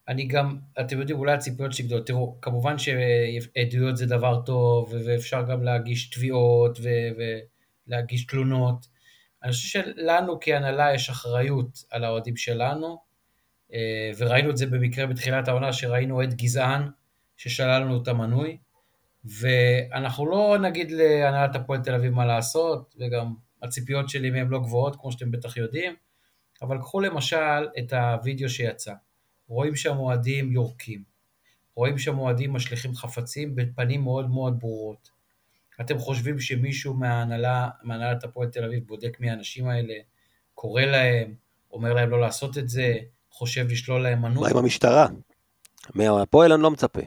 אני גם, אתם יודעים, אולי הציפיות שלי גדולות, תראו, כמובן שעדויות זה דבר טוב, ואפשר גם להגיש תביעות, ולהגיש תלונות. אני חושב שלנו כהנהלה יש אחריות על האוהדים שלנו, וראינו את זה במקרה בתחילת העונה, שראינו אוהד גזען, ששלל לנו את המנוי, ואנחנו לא נגיד להנהלת הפועל תל אביב מה לעשות, וגם הציפיות שלי מהם לא גבוהות, כמו שאתם בטח יודעים, אבל קחו למשל את הוידאו שיצא, רואים שהמועדים יורקים, רואים שהמועדים משליחים חפצים בפנים מאוד מאוד ברורות. אתם חושבים שמישהו מההנהלה, מהנהלת הפועל תל אביב בודק מי האנשים האלה, קורא להם, אומר להם לא לעשות את זה, חושב לשלול להם מנוי? מה עם המשטרה? מהפועל אני לא מצפה.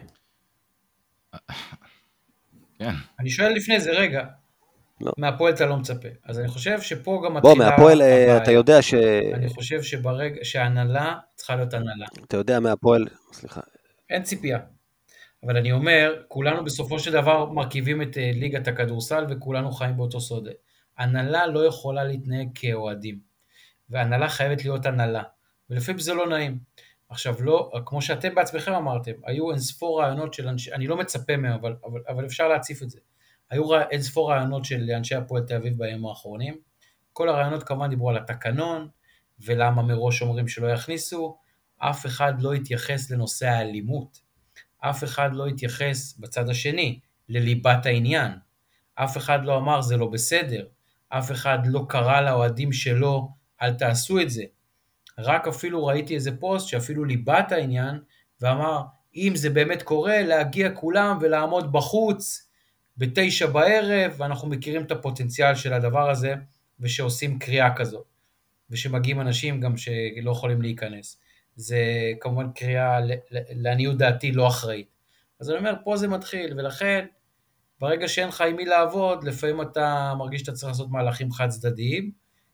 כן. אני שואל לפני זה, רגע, לא. מהפועל אתה לא מצפה. אז אני חושב שפה גם בוא, מתחילה... מהפועל אתה יודע ש... אני חושב שברגע שההנהלה צריכה להיות הנהלה. אתה יודע מהפועל, סליחה. אין ציפייה. אבל אני אומר, כולנו בסופו של דבר מרכיבים את ליגת הכדורסל, וכולנו חיים באותו סודה. הנהלה לא יכולה להתנהג כאוהדים. והנהלה חייבת להיות הנהלה. ולפעמים זה לא נעים. עכשיו לא, כמו שאתם בעצמכם אמרתם, היו אינספור רעיונות של אנשי, אני לא מצפה מהם, אבל, אבל, אבל אפשר להציף את זה. היו אינספור רעיונות של אנשי הפועל תל אביב בימים האחרונים. כל הרעיונות כמובן דיברו על התקנון, ולמה מראש אומרים שלא יכניסו. אף אחד לא התייחס לנושא האלימות. אף אחד לא התייחס בצד השני לליבת העניין. אף אחד לא אמר זה לא בסדר. אף אחד לא קרא לאוהדים שלו, אל תעשו את זה. רק אפילו ראיתי איזה פוסט שאפילו ליבת העניין, ואמר, אם זה באמת קורה, להגיע כולם ולעמוד בחוץ בתשע בערב, ואנחנו מכירים את הפוטנציאל של הדבר הזה, ושעושים קריאה כזאת, ושמגיעים אנשים גם שלא יכולים להיכנס. זה כמובן קריאה, לעניות דעתי, לא אחראית. אז אני אומר, פה זה מתחיל, ולכן, ברגע שאין לך עם מי לעבוד, לפעמים אתה מרגיש שאתה צריך לעשות מהלכים חד צדדיים,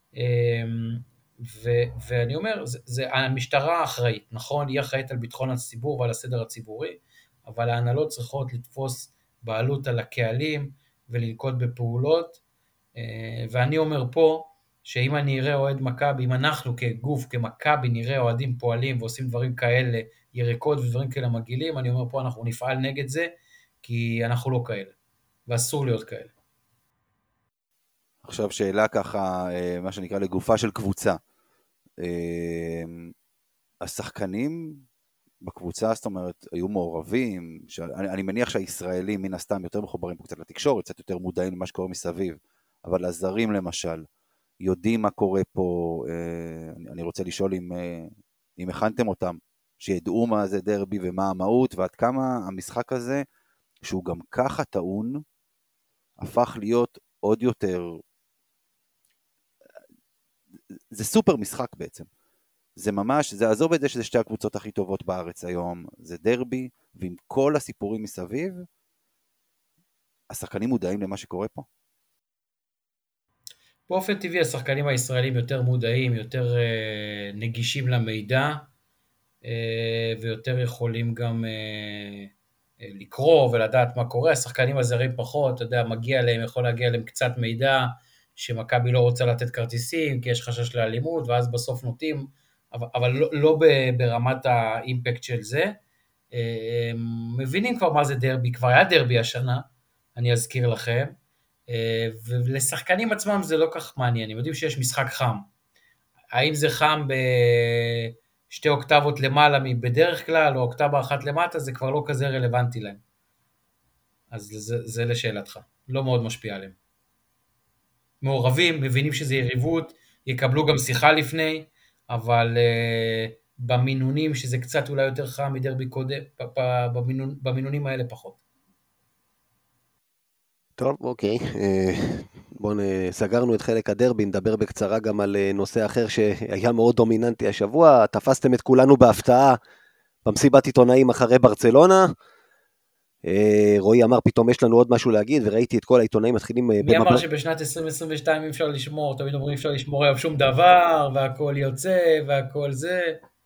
ו- ואני אומר, זה, זה המשטרה האחראית, נכון, היא אחראית על ביטחון הציבור ועל הסדר הציבורי, אבל ההנהלות צריכות לתפוס בעלות על הקהלים ולנקוט בפעולות, ואני אומר פה, שאם אני אראה אוהד מכבי, אם אנחנו כגוף, כמכבי, נראה אוהדים פועלים ועושים דברים כאלה, ירקות ודברים כאלה מגעילים, אני אומר פה אנחנו נפעל נגד זה, כי אנחנו לא כאלה, ואסור להיות כאלה. עכשיו שאלה ככה, מה שנקרא לגופה של קבוצה. השחקנים בקבוצה, זאת אומרת, היו מעורבים, אני, אני מניח שהישראלים מן הסתם יותר מחוברים פה קצת לתקשורת, קצת יותר מודעים למה שקורה מסביב, אבל הזרים למשל, יודעים מה קורה פה, אני רוצה לשאול אם, אם הכנתם אותם, שידעו מה זה דרבי ומה המהות, ועד כמה המשחק הזה, שהוא גם ככה טעון, הפך להיות עוד יותר, זה סופר משחק בעצם, זה ממש, זה עזוב את זה שזה שתי הקבוצות הכי טובות בארץ היום, זה דרבי, ועם כל הסיפורים מסביב, השחקנים מודעים למה שקורה פה? באופן טבעי השחקנים הישראלים יותר מודעים, יותר אה, נגישים למידע, אה, ויותר יכולים גם אה, אה, לקרוא ולדעת מה קורה, השחקנים הזרים פחות, אתה יודע, מגיע להם, יכול להגיע להם קצת מידע, שמכבי לא רוצה לתת כרטיסים, כי יש חשש לאלימות, ואז בסוף נוטים, אבל, אבל לא, לא ברמת האימפקט של זה, אה, מבינים כבר מה זה דרבי, כבר היה דרבי השנה, אני אזכיר לכם, ולשחקנים עצמם זה לא כך מעניין, הם יודעים שיש משחק חם, האם זה חם בשתי אוקטבות למעלה מבדרך כלל, או אוקטבה אחת למטה, זה כבר לא כזה רלוונטי להם, אז זה, זה לשאלתך, לא מאוד משפיע עליהם. מעורבים, מבינים שזה יריבות, יקבלו גם שיחה לפני, אבל uh, במינונים שזה קצת אולי יותר חם מדרבי קודם, במינון, במינונים האלה פחות. טוב, אוקיי. בואו סגרנו את חלק הדרבי, נדבר בקצרה גם על נושא אחר שהיה מאוד דומיננטי השבוע. תפסתם את כולנו בהפתעה במסיבת עיתונאים אחרי ברצלונה. רועי אמר, פתאום יש לנו עוד משהו להגיד, וראיתי את כל העיתונאים מתחילים... מי אמר שבשנת עשרים עשרים ושתיים אי אפשר לשמור, תמיד אומרים אפשר לשמור היום שום דבר, והכל יוצא, והכל זה.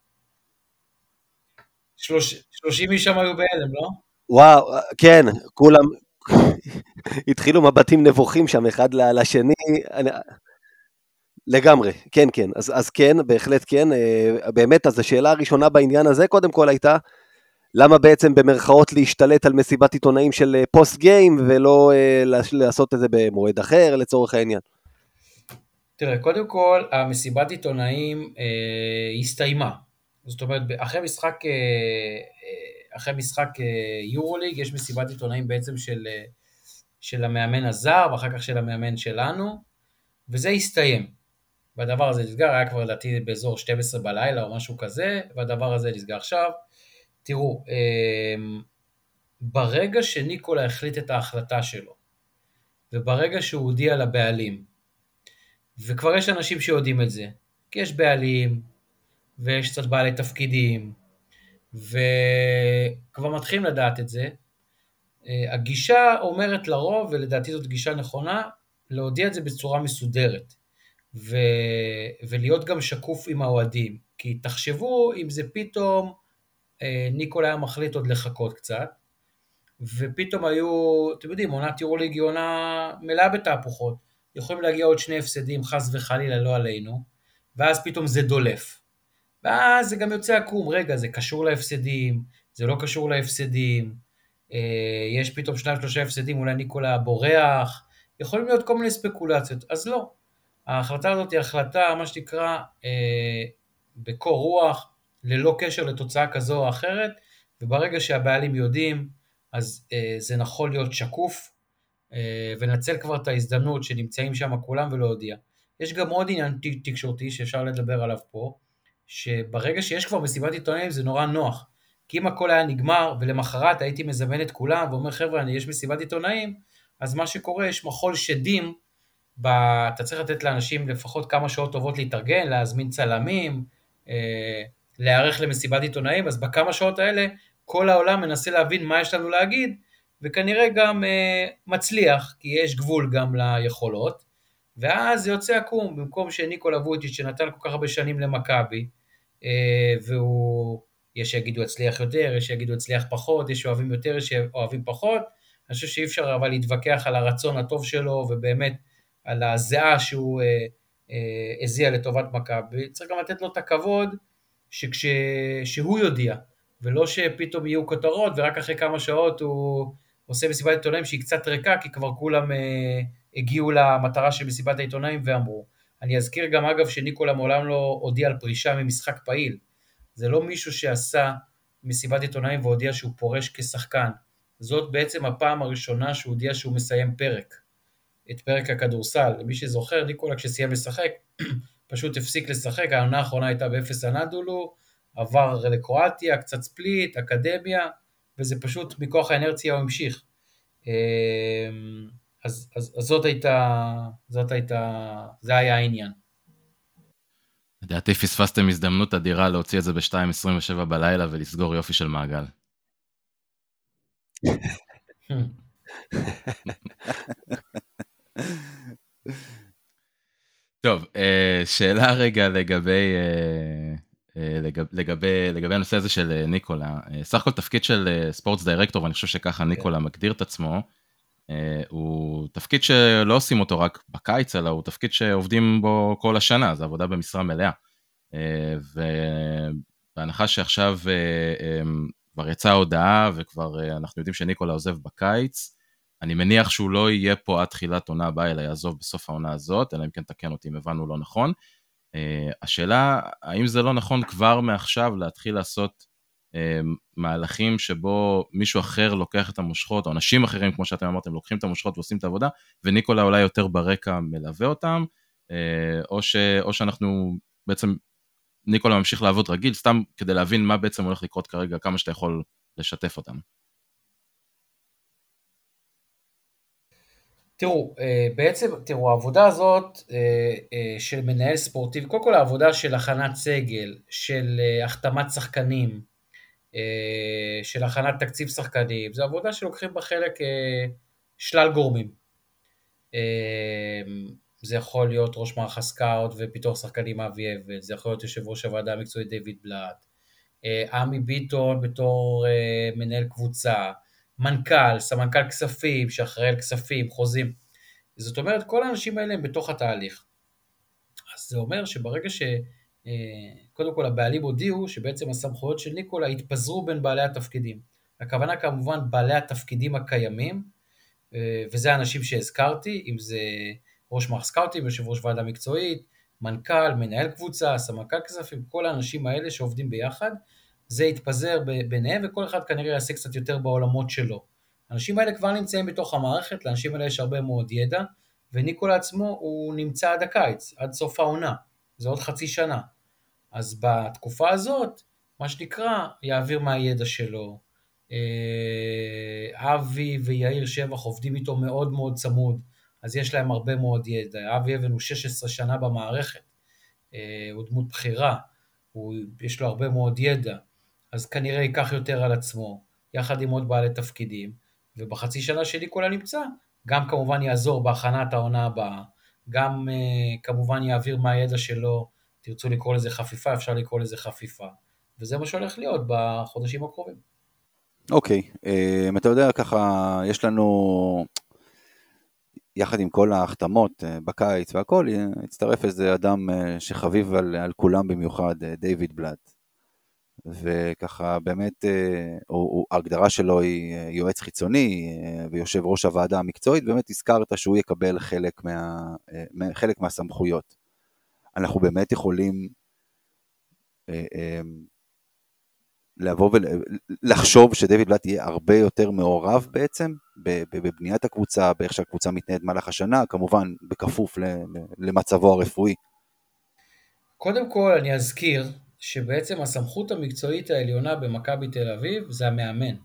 שלושים איש שם היו בהלם, לא? וואו, כן, כולם... התחילו מבטים נבוכים שם אחד לשני, לגמרי, כן, כן, אז, אז כן, בהחלט כן, באמת, אז השאלה הראשונה בעניין הזה, קודם כל הייתה, למה בעצם במרכאות להשתלט על מסיבת עיתונאים של פוסט גיים, ולא לעשות את זה במועד אחר, לצורך העניין? תראה, קודם כל, המסיבת עיתונאים אה, הסתיימה, זאת אומרת, אחרי משחק, אה, אחרי משחק אה, יורוליג, יש מסיבת עיתונאים בעצם של, אה, של המאמן הזר, ואחר כך של המאמן שלנו, וזה הסתיים. והדבר הזה נסגר, היה כבר לדעתי באזור שתים עשרה בלילה או משהו כזה, והדבר הזה נסגר עכשיו. תראו, ברגע שניקולה החליט את ההחלטה שלו, וברגע שהוא הודיע לבעלים, וכבר יש אנשים שיודעים את זה, כי יש בעלים, ויש קצת בעלי תפקידים, וכבר מתחילים לדעת את זה, הגישה אומרת לרוב, ולדעתי זאת גישה נכונה, להודיע את זה בצורה מסודרת. ו... ולהיות גם שקוף עם האוהדים, כי תחשבו אם זה פתאום אה, ניקולה היה מחליט עוד לחכות קצת, ופתאום היו, אתם יודעים, עונת יורוליג היא עונה מלאה בתהפוכות, יכולים להגיע עוד שני הפסדים, חס וחלילה לא עלינו, ואז פתאום זה דולף, ואז זה גם יוצא עקום, רגע, זה קשור להפסדים, זה לא קשור להפסדים, אה, יש פתאום שניים שלושה הפסדים, אולי ניקולה בורח, יכולים להיות כל מיני ספקולציות, אז לא, ההחלטה הזאת היא החלטה, מה שנקרא, אה, בקור רוח, ללא קשר לתוצאה כזו או אחרת, וברגע שהבעלים יודעים, אז אה, זה נכון להיות שקוף, אה, ונצל כבר את ההזדמנות שנמצאים שם כולם ולא הודיע. יש גם עוד עניין תקשורתי שאפשר לדבר עליו פה, שברגע שיש כבר מסיבת עיתונאים זה נורא נוח, כי אם הכל היה נגמר, ולמחרת הייתי מזמן את כולם, ואומר חבר'ה, יש מסיבת עיתונאים, אז מה שקורה, יש מחול שדים, אתה צריך לתת לאנשים לפחות כמה שעות טובות להתארגן, להזמין צלמים, להיערך למסיבת עיתונאים, אז בכמה שעות האלה כל העולם מנסה להבין מה יש לנו להגיד, וכנראה גם מצליח, כי יש גבול גם ליכולות, ואז זה יוצא עקום, במקום שניקולה וויצ'יץ' שנתן כל כך הרבה שנים למכבי, והוא, יש שיגידו הצליח יותר, יש שיגידו הצליח פחות, יש שאוהבים יותר, יש שאוהבים פחות, אני חושב שאי אפשר אבל להתווכח על הרצון הטוב שלו, ובאמת על הזיעה שהוא אה, אה, הזיע לטובת מכבי, צריך גם לתת לו את הכבוד שכש, שהוא יודיע, ולא שפתאום יהיו כותרות, ורק אחרי כמה שעות הוא עושה מסיבת עיתונאים שהיא קצת ריקה, כי כבר כולם אה, הגיעו למטרה של מסיבת העיתונאים ואמרו. אני אזכיר גם אגב שניקולה מעולם לא הודיע על פרישה ממשחק פעיל, זה לא מישהו שעשה מסיבת עיתונאים והודיע שהוא פורש כשחקן, זאת בעצם הפעם הראשונה שהוא הודיע שהוא מסיים פרק. את פרק הכדורסל, למי שזוכר, ניקולה כשסיים לשחק, פשוט הפסיק לשחק, העונה האחרונה הייתה באפס אנדולו, עבר לקרואטיה, קצת ספליט, אקדמיה, וזה פשוט מכוח האנרציה הוא המשיך. אז, אז, אז זאת הייתה, זאת הייתה, זה היה העניין. לדעתי פספסתם הזדמנות אדירה להוציא את זה ב-שתיים עשרים ושבע בלילה ולסגור יופי של מעגל. טוב, שאלה רגע לגבי לגבי לגבי הנושא הזה של ניקולה. סך הכל תפקיד של ספורטס דירקטור, ואני חושב שככה ניקולה מגדיר את עצמו, הוא תפקיד שלא עושים אותו רק בקיץ, אלא הוא תפקיד שעובדים בו כל השנה, זה עבודה במשרה מלאה. ובהנחה שעכשיו כבר יצאה הודעה, וכבר אנחנו יודעים שניקולה עוזב בקיץ, אני מניח שהוא לא יהיה פה עד תחילת עונה הבאה, אלא יעזוב בסוף העונה הזאת, אלא אם כן תקן אותי אם הבנו לא נכון. השאלה, האם זה לא נכון כבר מעכשיו להתחיל לעשות מהלכים שבו מישהו אחר לוקח את המושכות, או אנשים אחרים, כמו שאתם אמרתם, לוקחים את המושכות ועושים את העבודה, וניקולה אולי יותר ברקע מלווה אותם, או, ש, או שאנחנו בעצם, ניקולה ממשיך לעבוד רגיל, סתם כדי להבין מה בעצם הולך לקרות כרגע, כמה שאתה יכול לשתף אותם. תראו, בעצם, תראו, העבודה הזאת של מנהל ספורטיבי, קודם כל העבודה של הכנת סגל, של החתמת שחקנים, של הכנת תקציב שחקנים, זו עבודה שלוקחים בחלק שלל גורמים. זה יכול להיות ראש מערך הסקאוט ופיתוח שחקנים אבי אבן, זה יכול להיות יושב ראש הוועדה המקצועית דיוויד בלאט, עמי ביטון בתור מנהל קבוצה, מנכ"ל, סמנכ"ל כספים, שאחראי על כספים, חוזים. זאת אומרת, כל האנשים האלה הם בתוך התהליך. אז זה אומר שברגע ש... קודם כל הבעלים הודיעו שבעצם הסמכויות של ניקולה התפזרו בין בעלי התפקידים. הכוונה כמובן בעלי התפקידים הקיימים, וזה האנשים שהזכרתי, אם זה ראש מערך סקאוטים, יושב ראש ועדה מקצועית, מנכ"ל, מנהל קבוצה, סמנכ"ל כספים, כל האנשים האלה שעובדים ביחד, זה יתפזר ביניהם, וכל אחד כנראה יעשה קצת יותר בעולמות שלו. האנשים האלה כבר נמצאים בתוך המערכת, לאנשים האלה יש הרבה מאוד ידע, וניקולה עצמו הוא נמצא עד הקיץ, עד סוף העונה, זה עוד חצי שנה. אז בתקופה הזאת, מה שנקרא, יעביר מהידע שלו. אבי ויאיר שבח עובדים איתו מאוד מאוד צמוד, אז יש להם הרבה מאוד ידע. אבי אבן הוא שש עשרה שנה במערכת, הוא דמות בחירה, הוא, יש לו הרבה מאוד ידע, אז כנראה ייקח יותר על עצמו, יחד עם עוד בעלי תפקידים, ובחצי שנה שניקולה נמצא, גם כמובן יעזור בהכנת העונה הבאה, גם כמובן יעביר מהידע שלו, תרצו לקרוא לזה חפיפה, אפשר לקרוא לזה חפיפה, וזה מה שהולך להיות בחודשים הקרובים. אוקיי, אם אתה יודע ככה, יש לנו, יחד עם כל ההחתמות בקיץ והכל, הצטרף איזה אדם שחביב על, על כולם במיוחד, דיוויד בלאט, וככה באמת, הוא, הוא, ההגדרה שלו היא יועץ חיצוני, ויושב ראש הוועדה המקצועית, באמת הזכרת שהוא יקבל חלק, מה, חלק מהסמכויות. אנחנו באמת יכולים לבוא ולחשוב שדיוויד בלאט יהיה הרבה יותר מעורב בעצם, בבניית הקבוצה, באיך שהקבוצה מתנהלת מהלך השנה, כמובן בכפוף למצבו הרפואי. קודם כל אני אזכיר שבעצם הסמכות המקצועית העליונה במכבי תל אביב זה המאמן.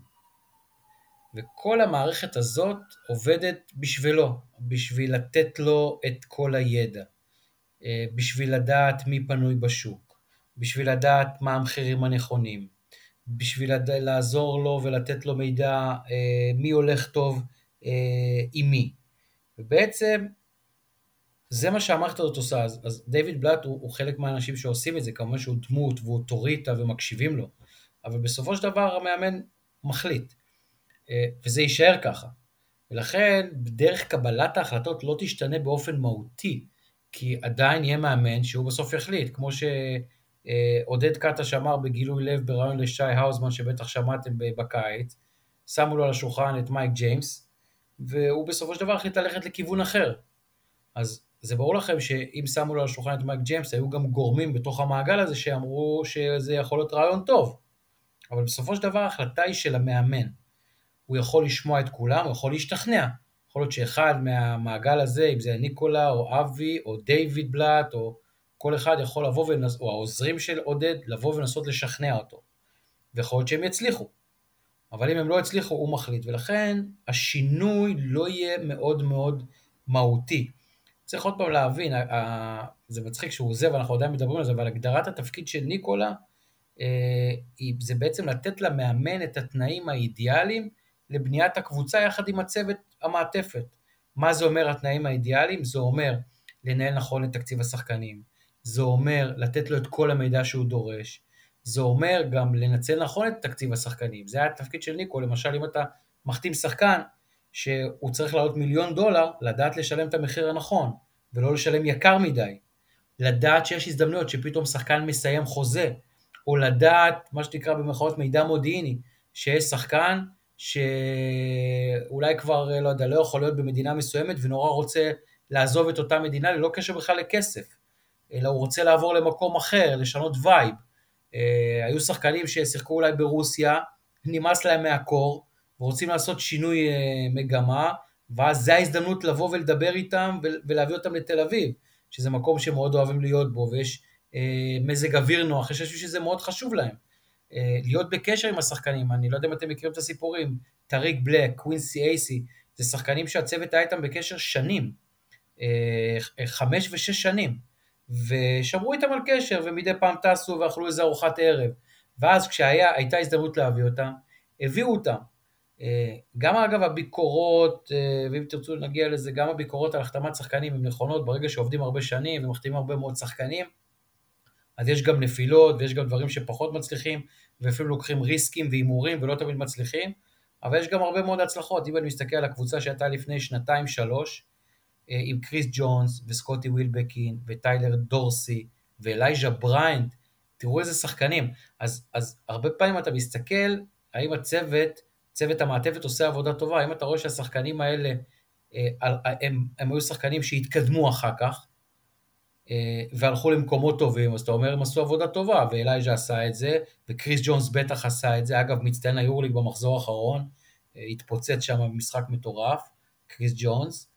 וכל המערכת הזאת עובדת בשבילו, בשביל לתת לו את כל הידע, בשביל לדעת מי פנוי בשוק, בשביל לדעת מה המחירים הנכונים, בשביל לעזור לו ולתת לו מידע מי הולך טוב עם מי. ובעצם זה מה שהמערכת הזאת עושה. אז, אז דיוויד בלאט הוא, הוא חלק מהאנשים שעושים את זה, כמובן שהוא דמות והוא אוטוריטה ומקשיבים לו, אבל בסופו של דבר המאמן מחליט, וזה יישאר ככה. ולכן בדרך קבלת ההחלטות לא תשתנה באופן מהותי, כי עדיין יהיה מאמן שהוא בסוף יחליט, כמו שעודד קטה שאמר בגילוי לב ברעיון לשי האוזמן, שבטח שמעתם בקיץ, שמו לו על השולחן את מייק ג'יימס, והוא בסופו של דבר החליט ללכת לכיוון אחר. אז זה ברור לכם שאם שמו לו על השולחן את מייק ג'יימס, היו גם גורמים בתוך המעגל הזה שאמרו שזה יכול להיות רעיון טוב, אבל בסופו של דבר ההחלטה היא של המאמן. הוא יכול לשמוע את כולם, הוא יכול להשתכנע. יכול להיות שאחד מהמעגל הזה, אם זה ניקולה או אבי או דיוויד בלאט, או כל אחד יכול לבוא ונס... או העוזרים של עודד, לבוא ונסות לשכנע אותו. ויכול להיות שהם יצליחו. אבל אם הם לא יצליחו, הוא מחליט. ולכן השינוי לא יהיה מאוד מאוד מהותי. צריך עוד פעם להבין, זה מצחיק שהוא עוזב, אנחנו עדיין מדברים על זה, אבל הגדרת התפקיד של ניקולה, זה בעצם לתת למאמן את התנאים האידיאליים, לבניית הקבוצה יחד עם הצוות המעטפת. מה זה אומר התנאים האידיאליים? זה אומר לנהל נכון את תקציב השחקנים, זה אומר לתת לו את כל המידע שהוא דורש, זה אומר גם לנצל נכון את תקציב השחקנים. זה היה התפקיד של ניקו, למשל אם אתה מחתים שחקן שהוא צריך לעלות מיליון דולר, לדעת לשלם את המחיר הנכון, ולא לשלם יקר מדי, לדעת שיש הזדמנויות שפתאום שחקן מסיים חוזה, או לדעת מה שתקרא במחאות מידע מודיעיני, שיש שחקן שאולי כבר לא יודע, לא יכול להיות במדינה מסוימת, ונורא רוצה לעזוב את אותה מדינה, ללא קשר בכלל לכסף, אלא הוא רוצה לעבור למקום אחר, לשנות וייב. היו שחקנים ששיחקו אולי ברוסיה, נמאס להם מהקור, ורוצים לעשות שינוי מגמה, ואז זה ההזדמנות לבוא ולדבר איתם, ולהביא אותם לתל אביב, שזה מקום שמאוד אוהבים להיות בו, ויש מזג אוויר נוח, אני חושב שזה מאוד חשוב להם. להיות בקשר עם השחקנים, אני לא יודע אם אתם מכירים את הסיפורים, טריק בלק, קווינסי אייסי, זה שחקנים שהצוות היה איתם בקשר שנים, חמש ושש שנים, ושמרו איתם על קשר, ומדי פעם טסו ואכלו איזה ארוחת ערב, ואז כשהייתה הזדמנות להביא אותם, הביאו אותם. גם אגב הביקורות, ואם תרצו נגיע לזה, גם הביקורות על החתמת שחקנים הן נכונות, ברגע שעובדים הרבה שנים ומחתימים הרבה מאוד שחקנים, אז יש גם נפילות ויש גם דברים שפחות מצליחים, ואפילו לוקחים ריסקים ואימורים ולא תמיד מצליחים, אבל יש גם הרבה מאוד הצלחות. אם אני מסתכל על הקבוצה שהייתה לפני שנתיים שלוש, עם קריס ג'ונס וסקוטי ווילבקין וטיילר דורסי ואלייז'ה בריינט, תראו איזה שחקנים. אז, אז הרבה פעמים אתה מסתכל, האם הצוות, צוות המעטפת עושה עבודה טובה, האם אתה רואה שהשחקנים האלה, הם, הם היו שחקנים שהתקדמו אחר כך, והלכו למקומות טובים, אז אתה אומר, הם עשו עבודה טובה, ואלייז'ה עשה את זה, וקריס ג'ונס בטח עשה את זה, אגב, מצטיין היורליג במחזור האחרון, התפוצץ שם במשחק מטורף, קריס ג'ונס,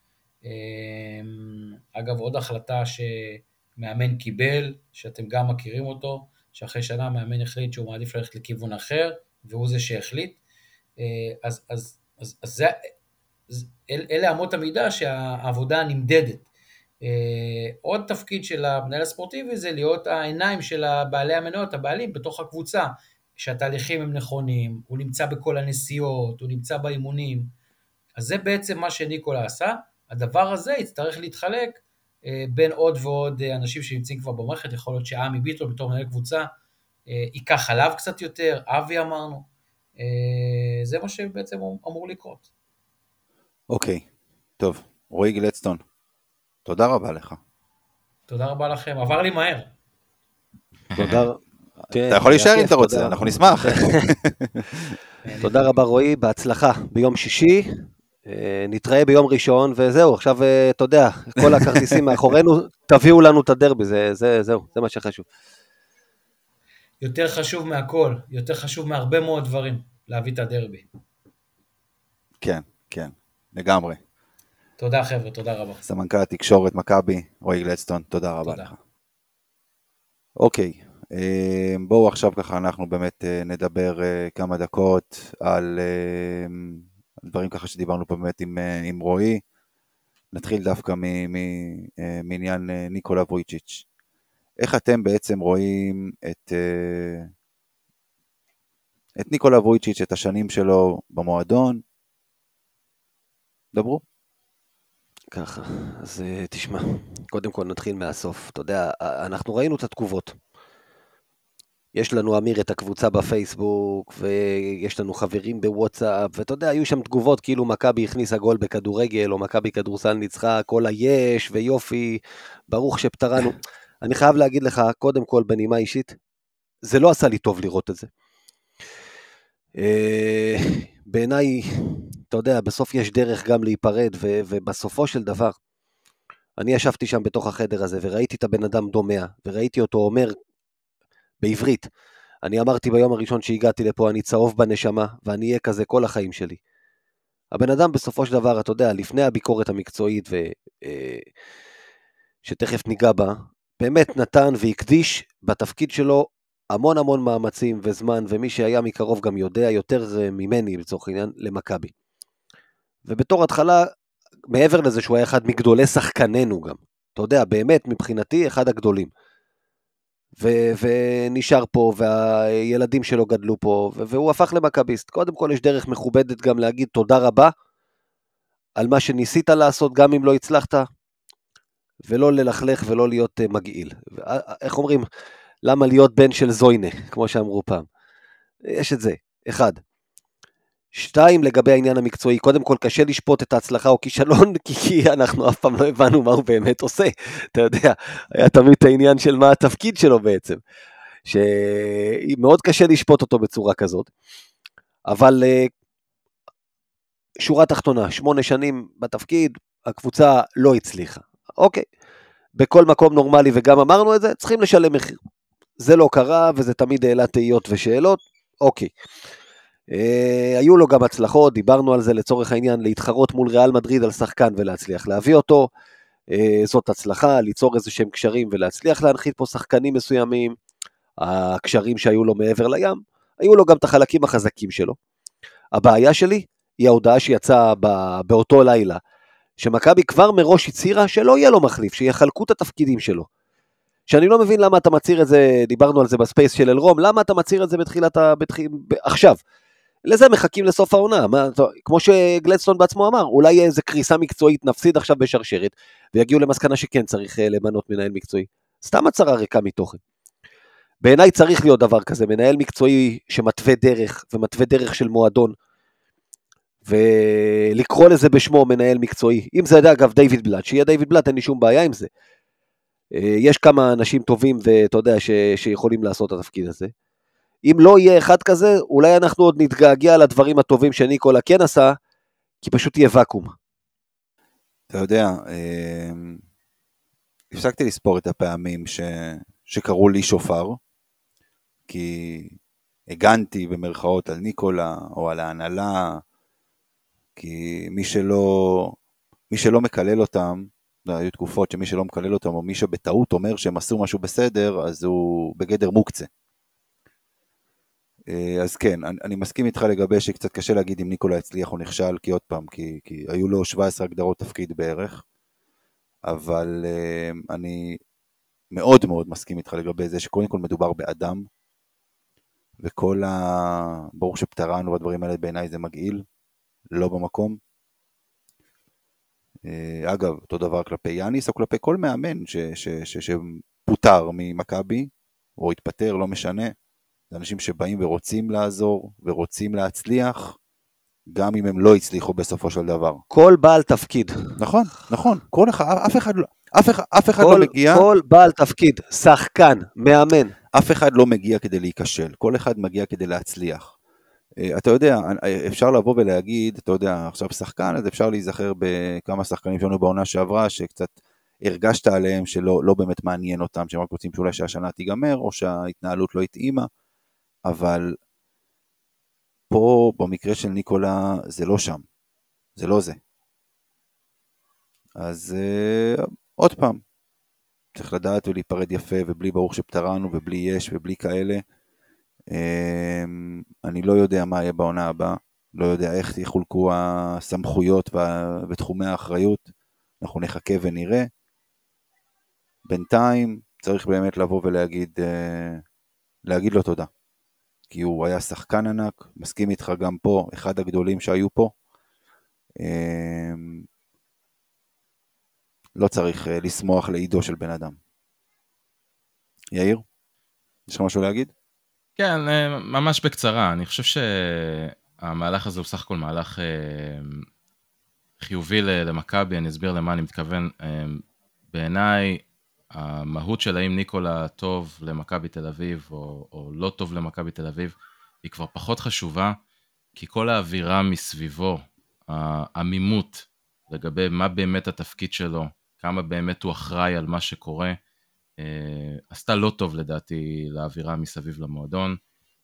אגב, עוד החלטה שמאמן קיבל, שאתם גם מכירים אותו, שאחרי שנה המאמן החליט שהוא מעדיף ללכת לכיוון אחר, והוא זה שהחליט, אז, אז, אז, אז זה, אלה אמות המידה שהעבודה נמדדת. עוד תפקיד של המנהל הספורטיבי זה להיות העיניים של בעלי המניות, הבעלים בתוך הקבוצה, שהתהליכים הם נכונים, הוא נמצא בכל הנסיעות, הוא נמצא באימונים, אז זה בעצם מה שניקולה עשה. הדבר הזה יצטרך להתחלק בין עוד ועוד אנשים שנמצאים כבר במערכת, יכול להיות שעמי ביטון בתור מנהל קבוצה ייקח עליו קצת יותר, אבי אמרנו, זה מה שבעצם אמור לקרות. אוקיי, טוב, רועי גלדסטון, תודה רבה לך. תודה רבה לכם, עבר לי מהר. תודה. אתה יכול להישאר אם אתה רוצה, אנחנו נשמח. תודה רבה רועי, בהצלחה ביום שישי, נתראה ביום ראשון, וזהו, עכשיו אתה יודע, כל הכרטיסים מאחורינו, תביאו לנו את הדרבי, זה, זה, זהו, זה מה שחשוב. יותר חשוב מהכל, יותר חשוב מהרבה מאוד דברים, להביא את הדרבי. כן, כן, לגמרי. תודה חבר'ה, תודה רבה. סמנכ"ל התקשורת מכבי, רועי גלדסטון, תודה רבה לך. אוקיי, בואו עכשיו ככה אנחנו באמת נדבר כמה דקות על דברים ככה שדיברנו פה באמת עם, עם רועי. נתחיל דווקא מעניין ניקולה וויצ'יץ'. איך אתם בעצם רואים את, את ניקולה וויצ'יץ', את השנים שלו במועדון? דברו. ככה, אז תשמע, קודם כל נתחיל מהסוף. אתה יודע, אנחנו ראינו את התגובות. יש לנו אמיר את הקבוצה בפייסבוק, ויש לנו חברים בוואטסאפ, ואתה יודע, היו שם תגובות כאילו מכבי הכניסה גול בכדורגל, או מכבי כדורסל ניצחה, כל היש ויופי, ברוך שפטרנו. אני חייב להגיד לך, קודם כל בנימה אישית, זה לא עשה לי טוב לראות את זה. בעיניי, אתה יודע, בסוף יש דרך גם להיפרד, ובסופו של דבר, אני ישבתי שם בתוך החדר הזה, וראיתי את הבן אדם דומע, וראיתי אותו אומר, בעברית, אני אמרתי ביום הראשון שהגעתי לפה, אני צהוב בנשמה, ואני אהיה כזה כל החיים שלי. הבן אדם בסופו של דבר, אתה יודע, לפני הביקורת המקצועית, ו... שתכף ניגע בה, באמת נתן והקדיש בתפקיד שלו המון המון מאמצים וזמן, ומי שהיה מקרוב גם יודע יותר ממני לצורך עניין למכבי. ובתור התחלה, מעבר לזה שהוא היה אחד מגדולי שחקננו גם, אתה יודע, באמת מבחינתי אחד הגדולים. ו- ונשאר פה, והילדים שלו גדלו פה, ו- והוא הפך למכביסט. קודם כל יש דרך מכובדת גם להגיד תודה רבה, על מה שניסית לעשות, גם אם לא הצלחת, ולא ללכלך ולא להיות uh, מגעיל. איך אומרים? למה להיות בן של זוינה, כמו שאמרו פעם. יש את זה, אחד. שתיים, לגבי העניין המקצועי, קודם כל קשה לשפוט את ההצלחה או כישלון, כי אנחנו אף פעם לא הבנו מה הוא באמת עושה, אתה יודע, היה תמיד את העניין של מה התפקיד שלו בעצם, שמאוד קשה לשפוט אותו בצורה כזאת, אבל שורה תחתונה, שמונה שנים בתפקיד, הקבוצה לא הצליחה, אוקיי, בכל מקום נורמלי וגם אמרנו את זה, צריכים לשלם מחיר, זה לא קרה וזה תמיד העלה תהיות ושאלות, אוקיי, Uh, היו לו גם הצלחות, דיברנו על זה לצורך העניין, להתחרות מול ריאל מדריד על שחקן ולהצליח להביא אותו, uh, זאת הצלחה, ליצור איזה שהם קשרים ולהצליח להנחית פה שחקנים מסוימים, הקשרים שהיו לו מעבר לים, היו לו גם את החלקים החזקים שלו. הבעיה שלי היא ההודעה שיצאה באותו לילה, שמכבי כבר מראש הצירה שלא יהיה לו מחליף, שיחלקו את התפקידים שלו. שאני לא מבין למה אתה מציר את זה, דיברנו על זה בספייס של אלרום, למה אתה מציר את זה בתחילת, בתחיל, עכשיו, לזה מחכים לסוף העונה, מה, כמו שגלדסטון בעצמו אמר, אולי יהיה איזה קריסה מקצועית, נפסיד עכשיו בשרשרת, ויגיעו למסקנה שכן צריך למנות מנהל מקצועי, סתם הצרה ריקה מתוכן. בעיניי צריך להיות דבר כזה, מנהל מקצועי שמתווה דרך, ומתווה דרך של מועדון, ולקרוא לזה בשמו מנהל מקצועי. אם זה אגב דיוויד בלאט, שיהיה דיוויד בלאט, אין לי שום בעיה עם זה. יש כמה אנשים טובים ואתה יודע ש, שיכולים לעשות את התפקיד הזה. אם לא יהיה אחד כזה, אולי אנחנו עוד נתגעגע על הדברים הטובים שניקולה כן עשה, כי פשוט יהיה וקום. אתה יודע, הפסקתי לספור את הפעמים ש... שקראו לי שופר, כי הגנתי במרכאות על ניקולה או על ההנהלה, כי מי שלא, מי שלא מקלל אותם, היו תקופות שמי שלא מקלל אותם, או מי שבטעות אומר שהם עשו משהו בסדר, אז הוא בגדר מוקצה. אז כן, אני, אני מסכים איתך לגבי שקצת קשה להגיד אם ניקולה הצליח או נכשל, כי עוד פעם, כי, כי היו לו שבע עשרה הגדרות תפקיד בערך, אבל uh, אני מאוד מאוד מסכים איתך לגבי זה, שקודם כל מדובר באדם, וכל ה... ברור שפטרנו והדברים האלה בעיניי זה מגעיל, לא במקום. Uh, אגב, אותו דבר כלפי יאניס, או כלפי כל מאמן ש, ש, ש, שפוטר ממכבי, או התפטר, לא משנה, זה אנשים שבאים ורוצים לעזור, ורוצים להצליח, גם אם הם לא הצליחו בסופו של דבר. כל בעל תפקיד. נכון, נכון. כל אחד, אף אחד, אף אחד, אף אחד כל, לא מגיע. כל בעל תפקיד, שחקן, מאמן. אף אחד לא מגיע כדי להיכשל. כל אחד מגיע כדי להצליח. אתה יודע, אפשר לבוא ולהגיד, אתה יודע, עכשיו שחקן, אז אפשר להיזכר בכמה שחקנים שלנו בעונה שעברה, שקצת הרגשת עליהם שלא לא באמת מעניין אותם, שהם רק רוצים שאולי שהשנה תיגמר, או שההתנהלות לא התאימה. אבל פה במקרה של ניקולה זה לא שם, זה לא זה. אז uh, עוד פעם, צריך לדעת ולהיפרד יפה, ובלי ברוך שפטרנו, ובלי יש ובלי כאלה. Uh, אני לא יודע מה יהיה בעונה הבאה, לא יודע איך יחולקו הסמכויות ותחומי האחריות, אנחנו נחכה ונראה. בינתיים צריך באמת לבוא ולהגיד uh, להגיד לו תודה. כי הוא היה שחקן ענק, מסכים איתך גם פה, אחד הגדולים שהיו פה. לא צריך לשמוח לעידו של בן אדם. יאיר, יש לך משהו להגיד? כן, ממש בקצרה. אני חושב שהמהלך הזה הוא סך הכל מהלך חיובי למכבי, אני אסביר למה אני מתכוון. בעיניי, המהות של האם ניקולה טוב למכבי תל אביב או, או לא טוב למכבי תל אביב היא כבר פחות חשובה, כי כל האווירה מסביבו, העמימות לגבי מה באמת התפקיד שלו, כמה באמת הוא אחראי על מה שקורה, עשתה לא טוב לדעתי לאווירה מסביב למועדון.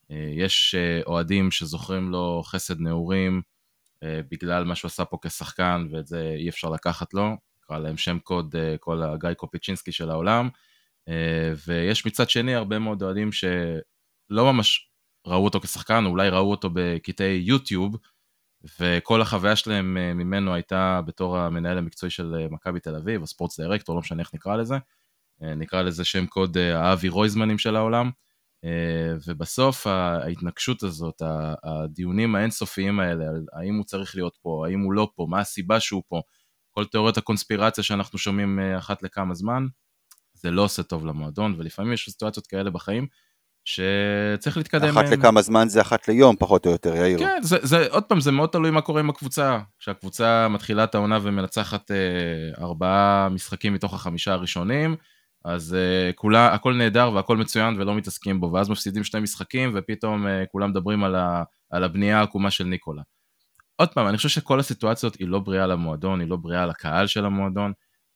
יש אוהדים שזוכרים לו חסד נעורים בגלל מה שהוא עשה פה כשחקן, ואת זה אי אפשר לקחת לו, קרא להם שם קוד כל הגיא קופיצ'ינסקי של העולם, ויש מצד שני הרבה מאוד אוהדים שלא ממש ראו אותו כשחקן, אולי ראו אותו בקטעי יוטיוב, וכל החוויה שלהם ממנו הייתה בתור המנהל המקצועי של מכבי תל אביב, הספורטס דירקטור, לא משנה איך נקרא לזה, נקרא לזה שם קוד האבי רויזמנים של העולם, ובסוף ההתנגשות הזאת, הדיונים האינסופיים האלה, האם הוא צריך להיות פה, האם הוא לא פה, מה הסיבה שהוא פה, כל תיאוריות הקונספירציה שאנחנו שומעים אחת לכמה זמן, זה לא עושה טוב למועדון, ולפעמים יש סיטואציות כאלה בחיים, שצריך להתקדם. אחת מהם. לכמה זמן זה אחת ליום, פחות או יותר, יאיר. כן, זה, זה, עוד פעם, זה מאוד תלוי מה קורה עם הקבוצה, כשהקבוצה מתחילה את העונה ומנצחת אה, ארבעה משחקים מתוך החמישה הראשונים, אז אה, כולה, הכל נהדר והכל מצוין ולא מתעסקים בו, ואז מפסידים שני משחקים, ופתאום אה, כולם מדברים על, ה, על הבנייה העקומה של ניקולה. עוד פעם, אני חושב שכל הסיטואציות היא לא בריאה למועדון, היא לא בריאה לקהל של המועדון,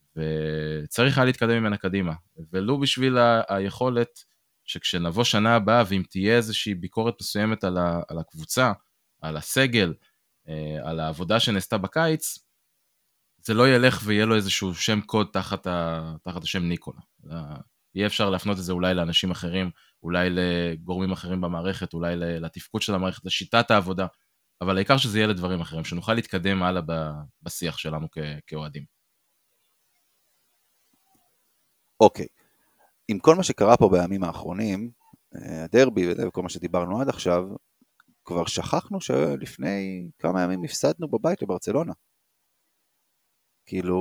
וצריך היה להתקדם ממנה קדימה, ולו בשביל ה- היכולת שכשנבוא שנה הבאה, ואם תהיה איזושהי ביקורת מסוימת על, ה- על הקבוצה, על הסגל, על העבודה שנעשתה בקיץ, זה לא ילך ויהיה לו איזשהו שם קוד תחת, ה- תחת השם ניקולה. יהיה אפשר להפנות את זה אולי לאנשים אחרים, אולי לגורמים אחרים במערכת, אולי לתפקוד של המערכת, לשיטת העבודה, אבל העיקר שזה יהיה לדברים אחרים, שנוכל להתקדם הלאה בשיח שלנו כאוהדים. אוקיי, עם כל מה שקרה פה בימים האחרונים, הדרבי וכל מה שדיברנו עד עכשיו, כבר שכחנו שלפני כמה ימים הפסדנו בבית לברצלונה. כאילו,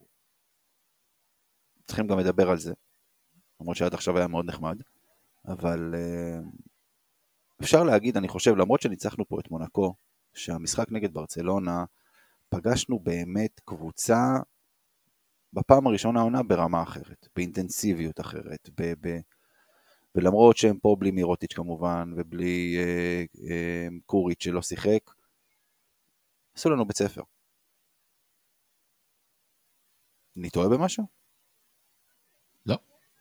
צריכים גם לדבר על זה, למרות שעד עכשיו היה מאוד נחמד, אבל אפשר להגיד, אני חושב, למרות שניצחנו פה את מונקו, שהמשחק נגד ברצלונה, פגשנו באמת קבוצה, בפעם הראשונה העונה ברמה אחרת, באינטנסיביות אחרת, ב- ב- ולמרות שהם פה בלי מירוטיץ' כמובן, ובלי אה, אה, קוריץ' שלא שיחק, עשו לנו בית ספר. אני טועה במשהו? לא.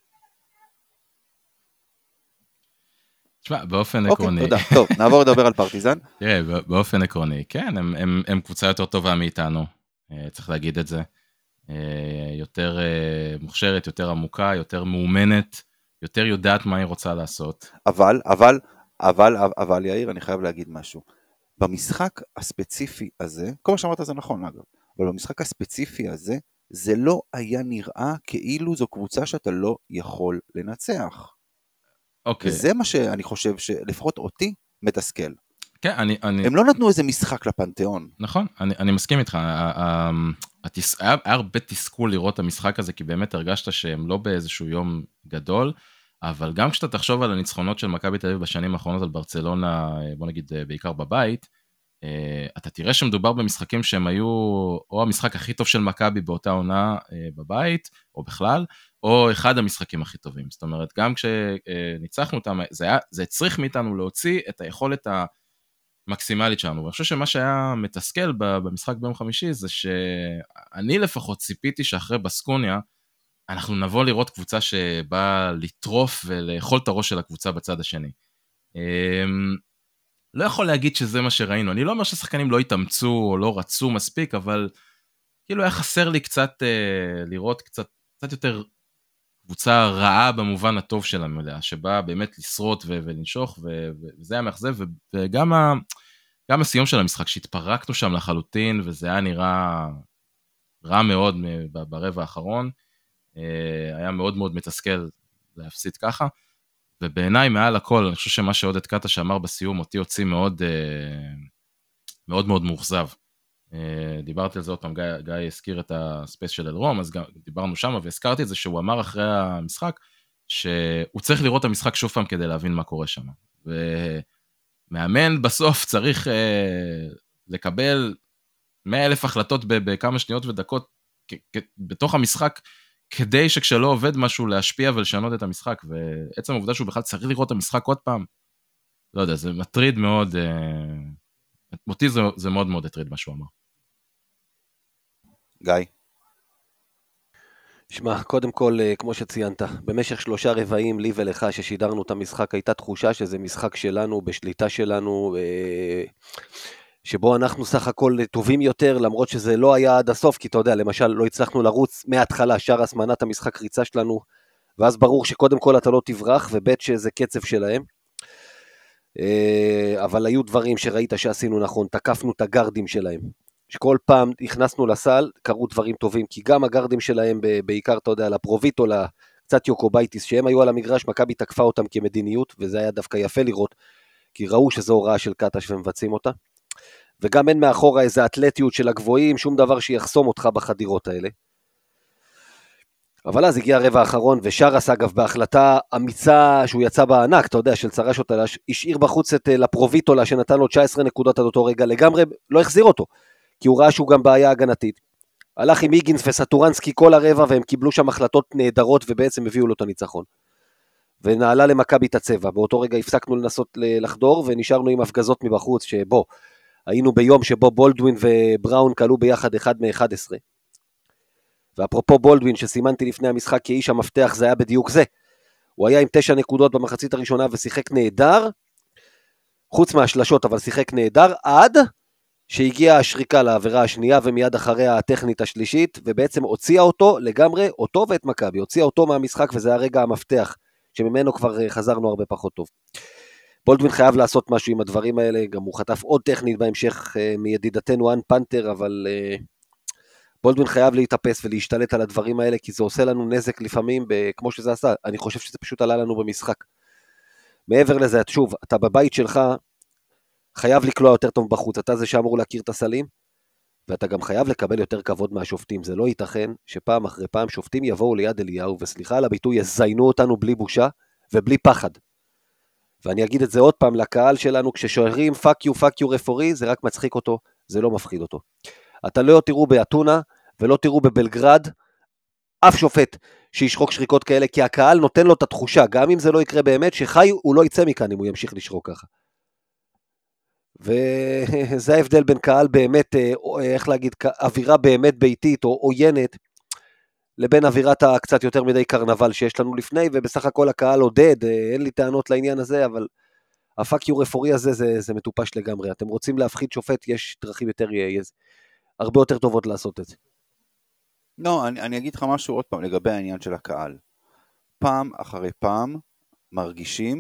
תשמע, באופן אוקיי, עקרוני... תודה. טוב, נעבור לדבר על פרטיזן. תראה, באופן עקרוני, כן, הם, הם, הם קבוצה יותר טובה מאיתנו, צריך להגיד את זה. יותר מוכשרת, יותר עמוקה, יותר מאומנת, יותר יודעת מה היא רוצה לעשות. אבל, אבל, אבל, אבל, יאיר, אני חייב להגיד משהו. במשחק הספציפי הזה, כל מה שאמרת זה נכון, אגב, אבל במשחק הספציפי הזה, זה לא היה נראה כאילו זו קבוצה שאתה לא יכול לנצח. אוקיי. וזה מה שאני חושב שלפחות אותי מתסכל. כן, אני, אני... הם לא נתנו איזה משחק לפנתיאון. נכון, אני, אני מסכים איתך. התס... היה הרבה תסכול לראות את המשחק הזה, כי באמת הרגשת שהם לא באיזשהו יום גדול, אבל גם כשאתה תחשוב על הניצחונות של מכבי תל אביב בשנים האחרונות על ברצלונה, בוא נגיד בעיקר בבית, אתה תראה שמדובר במשחקים שהם היו או המשחק הכי טוב של מכבי באותה עונה בבית, או בכלל, או אחד המשחקים הכי טובים. זאת אומרת, גם כשניצחנו אותם, זה, היה, זה הצריך מאיתנו להוציא את היכולת המקסימלית שלנו. ואני חושב שמה שהיה מתסכל במשחק ביום חמישי, זה שאני לפחות ציפיתי שאחרי בסקוניה, אנחנו נבוא לראות קבוצה שבאה לטרוף ולאכול את הראש של הקבוצה בצד השני. לא יכול להגיד שזה מה שראינו. אני לא אומר ששחקנים לא התאמצו או לא רצו מספיק, אבל כאילו היה חסר לי קצת לראות קצת, קצת יותר קבוצה רעה במובן הטוב של המילה, שבאה באמת לשרוט ולנשוך, וזה היה מאכזב, וגם ה... גם הסיום של המשחק, שהתפרקנו שם לחלוטין, וזה היה נראה רע מאוד ברבע האחרון, היה מאוד מאוד מתסכל להפסיד ככה, ובעיניי מעל הכל, אני חושב שמה שעודד קטע שאמר בסיום, אותי הוציא מאוד מאוד מאוד מאוכזב. דיברתי על זה עוד פעם, גיא, גיא הזכיר את הספייס של אלרום, אז גם דיברנו שם, והזכרתי את זה שהוא אמר אחרי המשחק, שהוא צריך לראות את המשחק שוב פעם כדי להבין מה קורה שם. ומאמן בסוף צריך לקבל מאה אלף החלטות בכמה שניות ודקות בתוך המשחק, כדי שכשלא עובד משהו להשפיע ולשנות את המשחק, ועצם העובדה שהוא בכלל צריך לראות את המשחק עוד פעם, לא יודע, זה מטריד מאוד, אותי זה, זה מאוד מאוד הטריד מה שהוא אמר. גיא. שמע, קודם כל, כמו שציינת, במשך שלושה רבעים, לי ולך, ששידרנו את המשחק, הייתה תחושה שזה משחק שלנו, בשליטה שלנו, שבו אנחנו סך הכל טובים יותר, למרות שזה לא היה עד הסוף, כי אתה יודע, למשל, לא הצלחנו לרוץ מההתחלה, שער הסמנת המשחק ריצה שלנו, ואז ברור שקודם כל אתה לא תברח, ובית שזה קצב שלהם. אבל היו דברים שראית שעשינו נכון, תקפנו את הגרדים שלהם, שכל פעם נכנסנו לסל, קרו דברים טובים, כי גם הגרדים שלהם, בעיקר, אתה יודע, לפרוביטו, קצת יוקובייטיס, שהם היו על המגרש, מכבי תקפה אותם כמדיניות, וזה היה דווקא יפה לראות, כי ראו שזו הוראה של קטש ומבצעים אותה, וגם אין מאחורה איזו אתלטיות של הגבוהים, שום דבר שיחסום אותך בחדירות האלה. אבל אז הגיע הרבע האחרון, ושרס אגב בהחלטה אמיצה שהוא יצא בענק, אתה יודע, של צרש אותה, השאיר בחוץ את לפרוביטולה שנתן לו תשע עשרה נקודות עד אותו רגע, לגמרי לא החזיר אותו, כי הוא ראה שהוא גם בעיה הגנתית. הלך עם היגינס וסטורנסקי כל הרבע, והם קיבלו שם החלטות נהדרות, ובעצם הביאו לו את הניצחון. ונעלה למכבי את הצבע, באותו רגע הפסקנו לנסות לחדור, ונשארנו עם הפגזות מבחוץ, שבו היינו ביום שבו בולדווין ובראון קלו ביחד אחד מ-אחד עשרה. ואפרופו בולדווין שסימנתי לפני המשחק כאיש המפתח, זה היה בדיוק זה. הוא היה עם תשע נקודות במחצית הראשונה ושיחק נהדר, חוץ מהשלשות אבל שיחק נהדר, עד שהגיעה השריקה לעבירה השנייה ומיד אחריה הטכנית השלישית, ובעצם הוציאה אותו לגמרי, אותו ואת מכבי, הוציאה אותו מהמשחק וזה הרגע המפתח, שממנו כבר חזרנו הרבה פחות טוב. בולדווין חייב לעשות משהו עם הדברים האלה, גם הוא חטף עוד טכנית בהמשך מידידתנו אן פנטר, אבל בולדווין חייב להתאפס ולהשתלט על הדברים האלה, כי זה עושה לנו נזק לפעמים, כמו שזה עשה, אני חושב שזה פשוט עלה לנו במשחק. מעבר לזה, שוב, אתה בבית שלך, חייב לקלוע יותר טוב בחוץ, אתה זה שאמור להכיר את הסלים, ואתה גם חייב לקבל יותר כבוד מהשופטים, זה לא ייתכן שפעם אחרי פעם שופטים יבואו ליד אליהו, וסליחה על הביטוי, יזיינו אותנו בלי בושה ובלי פחד. ואני אגיד את זה עוד פעם לקהל שלנו, כששוארים פאק יו, פאק יו רפורי, זה רק מצחיק אותו, זה לא מפחיד אותו. אתה לא תראו באתונה, ולא תראו בבלגרד, אף שופט שישרוק שריקות כאלה, כי הקהל נותן לו את התחושה, גם אם זה לא יקרה באמת, שחי הוא לא יצא מכאן אם הוא ימשיך לשרוק ככה. וזה ההבדל בין קהל באמת, איך להגיד, אווירה באמת ביתית או עוינת, לבין אווירת הקצת יותר מדי קרנבל שיש לנו לפני, ובסך הכל הקהל עודד, אין לי טענות לעניין הזה, אבל הפאק יו רפורי הזה זה, זה מטופש לגמרי. אתם רוצים להפחיד שופט, יש דרכים יותר, הרבה יותר טובות לעשות את זה. לא, אני, אני אגיד לך משהו עוד פעם לגבי העניין של הקהל. פעם אחרי פעם מרגישים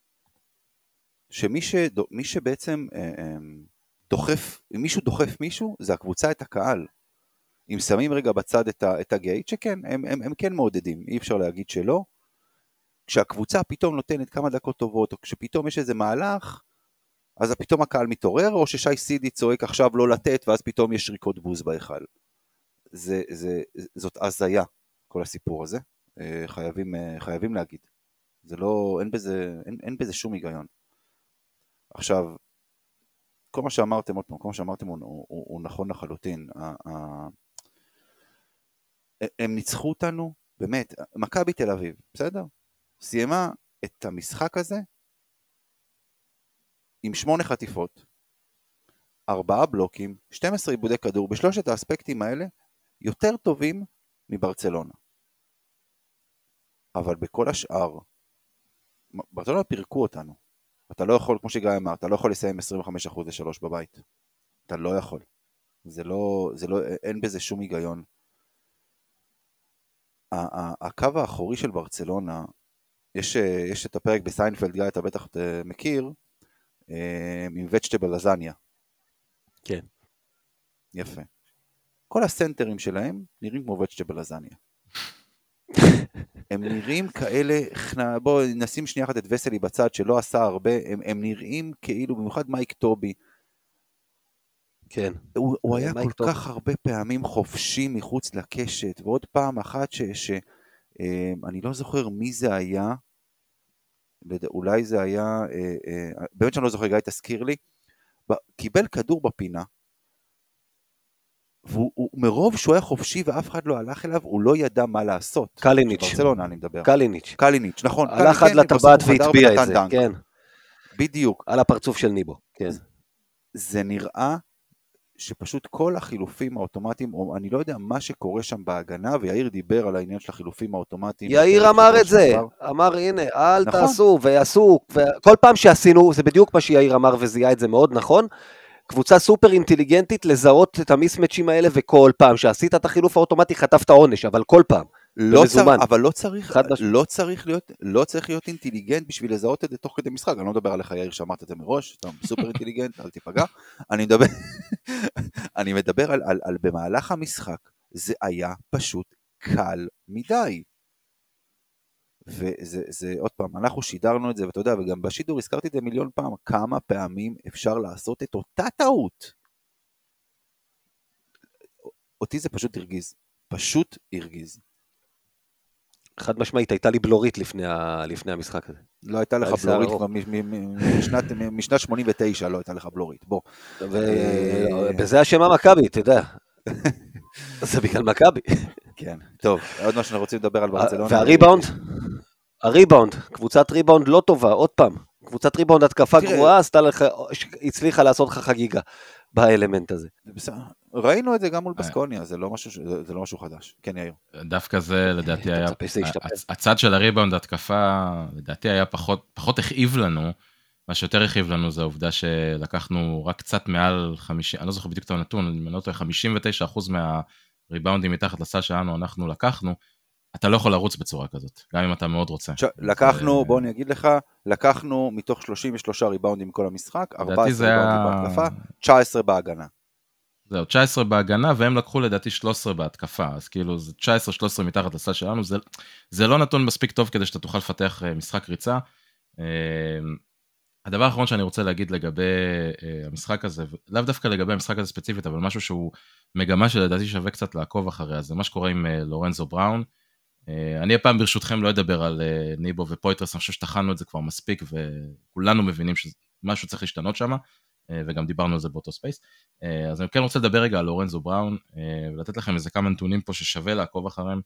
שמי שדו, מי שבעצם אה, אה, דוחף, אם מישהו דוחף מישהו, זה הקבוצה את הקהל. אם שמים רגע בצד את, ה, את הגייט, שכן, הם, הם, הם כן מעודדים, אי אפשר להגיד שלא. כשהקבוצה פתאום נותנת כמה דקות טובות, או כשפתאום יש איזה מהלך, אז פתאום הקהל מתעורר, או ששי סידי צועק עכשיו לא לתת, ואז פתאום יש שריקות בוז בהיכל. זה, זה, זאת הזיה, כל הסיפור הזה. חייבים, חייבים להגיד. זה לא, אין בזה, אין, אין בזה שום היגיון. עכשיו, כל מה שאמרתם, עוד פעם, כל מה שאמרתם הוא, הוא, הוא נכון לחלוטין. הם ניצחו אותנו, באמת, מכבי תל אביב, בסדר? סיימה את המשחק הזה עם שמונה חטיפות, ארבעה בלוקים, שתים עשרה עיבודי כדור, בשלושת האספקטים האלה, יותר טובים מברצלונה. אבל בכל השאר, ברצלונה פירקו אותנו. אתה לא יכול, כמו שגיא אמר, אתה לא יכול לסיים עשרים וחמישה אחוז ל-שלוש בבית. אתה לא יכול. זה לא, זה לא, אין בזה שום היגיון. הקו האחורי של ברצלונה, יש, יש את הפרק בסיינפלד, גיא, אתה בטח מכיר, עם וג'טבל לזניה. כן. יפה. כל הסנטרים שלהם נראים כמו וג'טבל לזניה. הם נראים כאלה, בואו נשים שנייה אחת את וסלי בצד שלא עשה הרבה, הם, הם נראים כאילו, במיוחד מייק טובי, כן. הוא, הוא היה כל טוב. כך הרבה פעמים חופשי מחוץ לקשת, ועוד פעם אחת ש... ש אה, אני לא זוכר מי זה היה, אולי זה היה, אה, אה, באמת שאני לא זוכר, גיא תזכיר לי, קיבל כדור בפינה, והוא הוא, מרוב שהוא היה חופשי ואף אחד לא הלך אליו, הוא לא ידע מה לעשות. קליניץ'. ברצלונה אני מדבר. קליניץ'. קליניץ', נכון. הלך עד לטבעת והטביע את זה, כן. בדיוק. על הפרצוף של ניבו, כן. זה נראה שפשוט כל החילופים האוטומטיים, או אני לא יודע מה שקורה שם בהגנה, ויאיר דיבר על העניין של החילופים האוטומטיים. יאיר אמר את זה, אמר הנה, אל תעשו, ועשו, כל פעם שעשינו, זה בדיוק מה שיאיר אמר וזיהה את זה מאוד נכון, קבוצה סופר אינטליגנטית לזהות את המיסמצ'ים האלה, וכל פעם שעשית את החילוף האוטומטי חטפת עונש, אבל כל פעם. לא צריך, אבל לא צריך, לא צריך להיות, לא צריך להיות אינטליגנט בשביל לזהות את זה תוך כדי משחק. אני לא מדבר עליך יאיר שאמרת את זה מראש, אתה סופר אינטליגנט, אל תיפגע. אני מדבר, אני מדבר על, על, על במהלך המשחק, זה היה פשוט קל מדי. וזה, זה, עוד פעם, אנחנו שידרנו את זה, ואתה יודע, וגם בשידור הזכרתי את זה מיליון פעם, כמה פעמים אפשר לעשות את אותה טעות. אותי זה פשוט הרגיז, פשוט הרגיז. חד משמעית, הייתה לי בלורית לפני, ה... לפני המשחק הזה. לא הייתה לך בלורית, משנת, משנת שמונים ותשע לא הייתה לך בלורית, בוא. בזה השם המכבי, אתה יודע. זה בגלל מכבי. כן, טוב, עוד מה שאנחנו רוצים לדבר על ברצלונה. והריבאונד, הריבאונד, קבוצת ריבאונד לא טובה, עוד פעם, קבוצת ריבאונד התקפה גרועה, הצליחה לעשות לך חגיגה באלמנט הזה. ראינו את זה גם מול בסקוניה, זה לא משהו חדש. כן, יאיר. דווקא זה, לדעתי, היה, הצד של הריבאונד התקפה, לדעתי היה פחות הכאיב לנו, מה שיותר הכאיב לנו זה העובדה שלקחנו רק קצת מעל חמישים, אני לא זוכר בדיוק את הנתון, אני לא טועה, חמישים ותשעה אחוז מהריבאונדים מתחת לסל שלנו, אנחנו לקחנו, אתה לא יכול לרוץ בצורה כזאת, גם אם אתה מאוד רוצה. לקחנו, בוא אני אגיד לך, לקחנו מתוך שלושים ושלושה ריבאונדים מכל המשחק, ארבע עשרה ריבאונדים בהתקפה, תשע עשרה בהגנה. זהו, תשע עשרה בהגנה, והם לקחו לדעתי שלוש עשרה בהתקפה, אז כאילו זה תשע עשרה שלוש עשרה מתחת לסל שלנו, זה, זה לא נתון מספיק טוב כדי שאתה תוכל לפתח משחק ריצה. הדבר האחרון שאני רוצה להגיד לגבי המשחק הזה, לאו דווקא לגבי המשחק הזה ספציפית, אבל משהו שהוא מגמה שלדעתי שווה קצת לעקוב אחריה, זה מה שקורה עם לורנזו בראון, אני הפעם ברשותכם לא אדבר על ניבו ופויטרס, אני חושב שטחנו את זה כבר מספיק, וכולנו מבינים שמשהו צריך להשתנות שם, וגם דיברנו על זה באותו ספייס. אז אני כן רוצה לדבר רגע על לורנזו בראון, ולתת לכם איזה כמה נתונים פה ששווה לעקוב אחריהם.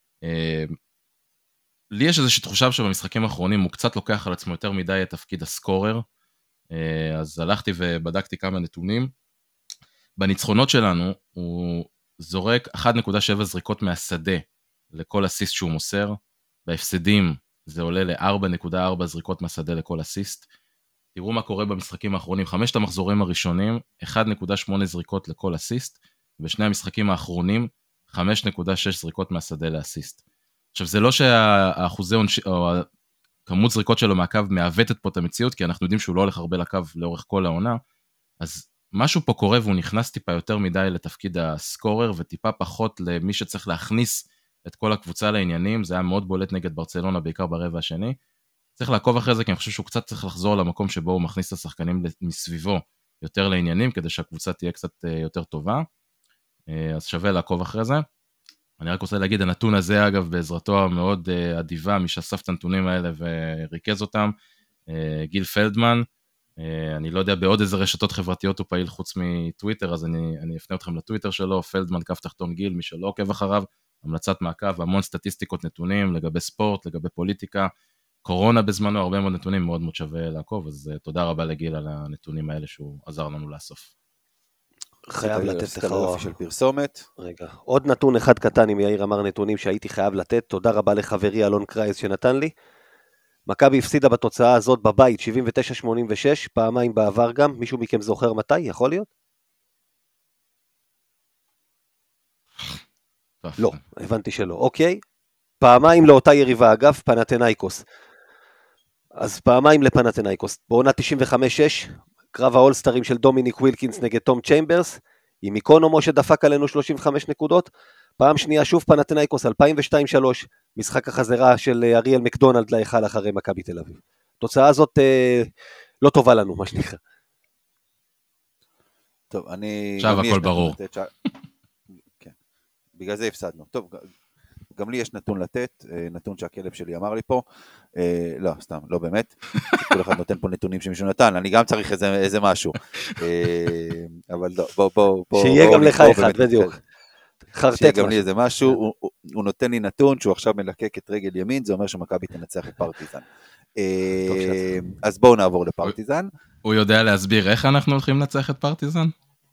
לי יש איזושהי תחושה שבמשחקים האחרונים הוא קצת לוקח על עצמו יותר מדי את תפקיד הסקורר, אז הלכתי ובדקתי כמה נתונים. בניצחונות שלנו הוא זורק אחת נקודה שבע זריקות מהשדה לכל אסיסט שהוא מוסר, בהפסדים זה עולה ל-ארבע נקודה ארבע זריקות מהשדה לכל אסיסט. תראו מה קורה במשחקים האחרונים, חמשת המחזורים הראשונים, אחת נקודה שמונה זריקות לכל אסיסט, בשני המשחקים האחרונים, חמש נקודה שש זריקות מהשדה לאסיסט. עכשיו זה לא שהאחוזי או כמות זריקות שלו מהקו מעוותת פה את המציאות, כי אנחנו יודעים שהוא לא הולך הרבה לקו לאורך כל העונה, אז משהו פה קורה והוא נכנס טיפה יותר מדי לתפקיד הסקורר, וטיפה פחות למי שצריך להכניס את כל הקבוצה לעניינים, זה היה מאוד בולט נגד ברצלונה, בעיקר ברבע השני. צריך לעקוב אחרי זה, כי אני חושב שהוא קצת צריך לחזור למקום שבו הוא מכניס את השחקנים מסביבו יותר לעניינים, כדי שהקבוצה תהיה קצת יותר טובה. אז שווה לעקוב אחרי זה. אני רק רוצה להגיד, הנתון הזה אגב, בעזרתו המאוד אדיבה, מי שאסף את הנתונים האלה וריכז אותם, גיל פלדמן, אני לא יודע בעוד איזה רשתות חברתיות הוא פעיל חוץ מטוויטר, אז אני, אני אפנה אתכם לטוויטר שלו, פלדמן כף תחתון גיל, מי שלא עוקב אחריו, המלצת מעקב, המון סטטיסטיקות נתונים לגבי ספורט, לגבי פוליטיקה, קורונה בזמנו, הרבה מאוד נתונים, מאוד מאוד שווה לעקוב, אז תודה רבה לגיל על הנתונים האלה שהוא עזר לנו לאסוף. חייב לתת לך של פרסומת. רגע, עוד נתון אחד קטן, אם יאיר אמר נתונים שהייתי חייב לתת, תודה רבה לחברי אלון קרייס שנתן לי. מכבי הפסידה בתוצאה הזאת בבית, שבעים ותשע שמונים ושש, פעמיים בעבר גם, מישהו מכם זוכר מתי, יכול להיות? לא, הבנתי שלא, אוקיי. פעמיים לאותה יריבה, אגב, פנתנייקוס. אז פעמיים לפנתנייקוס. בעונה תשעים וחמש שש, קרב האולסטרים של דומיניק ווילקינס נגד תום צ'יימברס, עם איקונומו שדפק עלינו שלושים וחמש נקודות, פעם שנייה שוב פנתנייקוס אלפיים ושתיים שלוש, משחק החזרה של אריאל מקדונלד להיכל אחרי מכבי תל אביב. התוצאה הזאת אה, לא טובה לנו, מה שנקרא. טוב, אני... עכשיו הכל ברור. ש... כן. בגלל זה הפסדנו. טוב, גם לי יש נתון לתת, נתון שהכלב שלי אמר לי פה, אה, לא, סתם, לא באמת, כל אחד נותן פה נתונים שמישהו נתן, אני גם צריך איזה, איזה משהו, אה, אבל לא, בוא, בוא, בוא, שיהיה בוא, גם לך אחד, בדיוק. שיהיה גם לי איזה משהו, הוא, הוא, הוא נותן לי נתון שהוא עכשיו מלקק את רגל ימין, זה אומר שמכבי תנצח את פרטיזן. אה, אז בואו נעבור לפרטיזן. הוא יודע להסביר איך אנחנו הולכים לנצח את פרטיזן?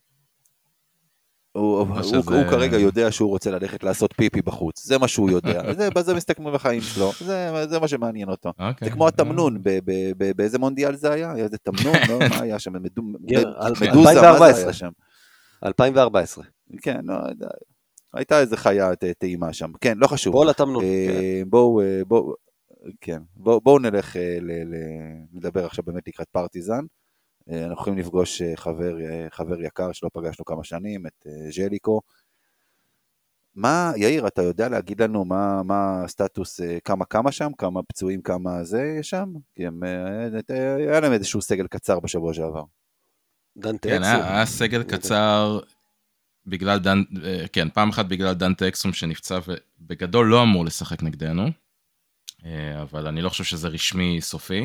הוא, שזה... הוא, הוא כרגע יודע שהוא רוצה ללכת לעשות פיפי בחוץ, זה מה שהוא יודע, זה, בזה מסתכם בחיים שלו, זה, זה מה שמעניין אותו. Okay. זה כמו התמנון, ב, ב, ב, באיזה מונדיאל זה היה? היה איזה תמנון, לא? מה היה שם? מדו, מדוזה, מה זה היה שם? אלפיים וארבע עשרה. כן, לא, הייתה איזה חיה טעימה שם, כן, לא חשוב. בואו לתמנון. בואו, בואו, כן, בואו, בואו נלך ל, ל, לדבר עכשיו באמת לקראת פרטיזן. אנחנו יכולים לפגוש חבר, חבר יקר שלא פגשנו כמה שנים, את ז'ליקו. מה, יאיר, אתה יודע להגיד לנו מה, מה הסטטוס, כמה כמה שם, כמה פצועים, כמה זה יש שם? כי הם, היה להם איזשהו סגל קצר בשבוע שעבר. דנטה כן, אקסום. היה סגל קצר בגלל דן, כן, פעם אחת בגלל דנטה אקסום שנפצע, ובגדול לא אמור לשחק נגדנו, אבל אני לא חושב שזה רשמי סופי.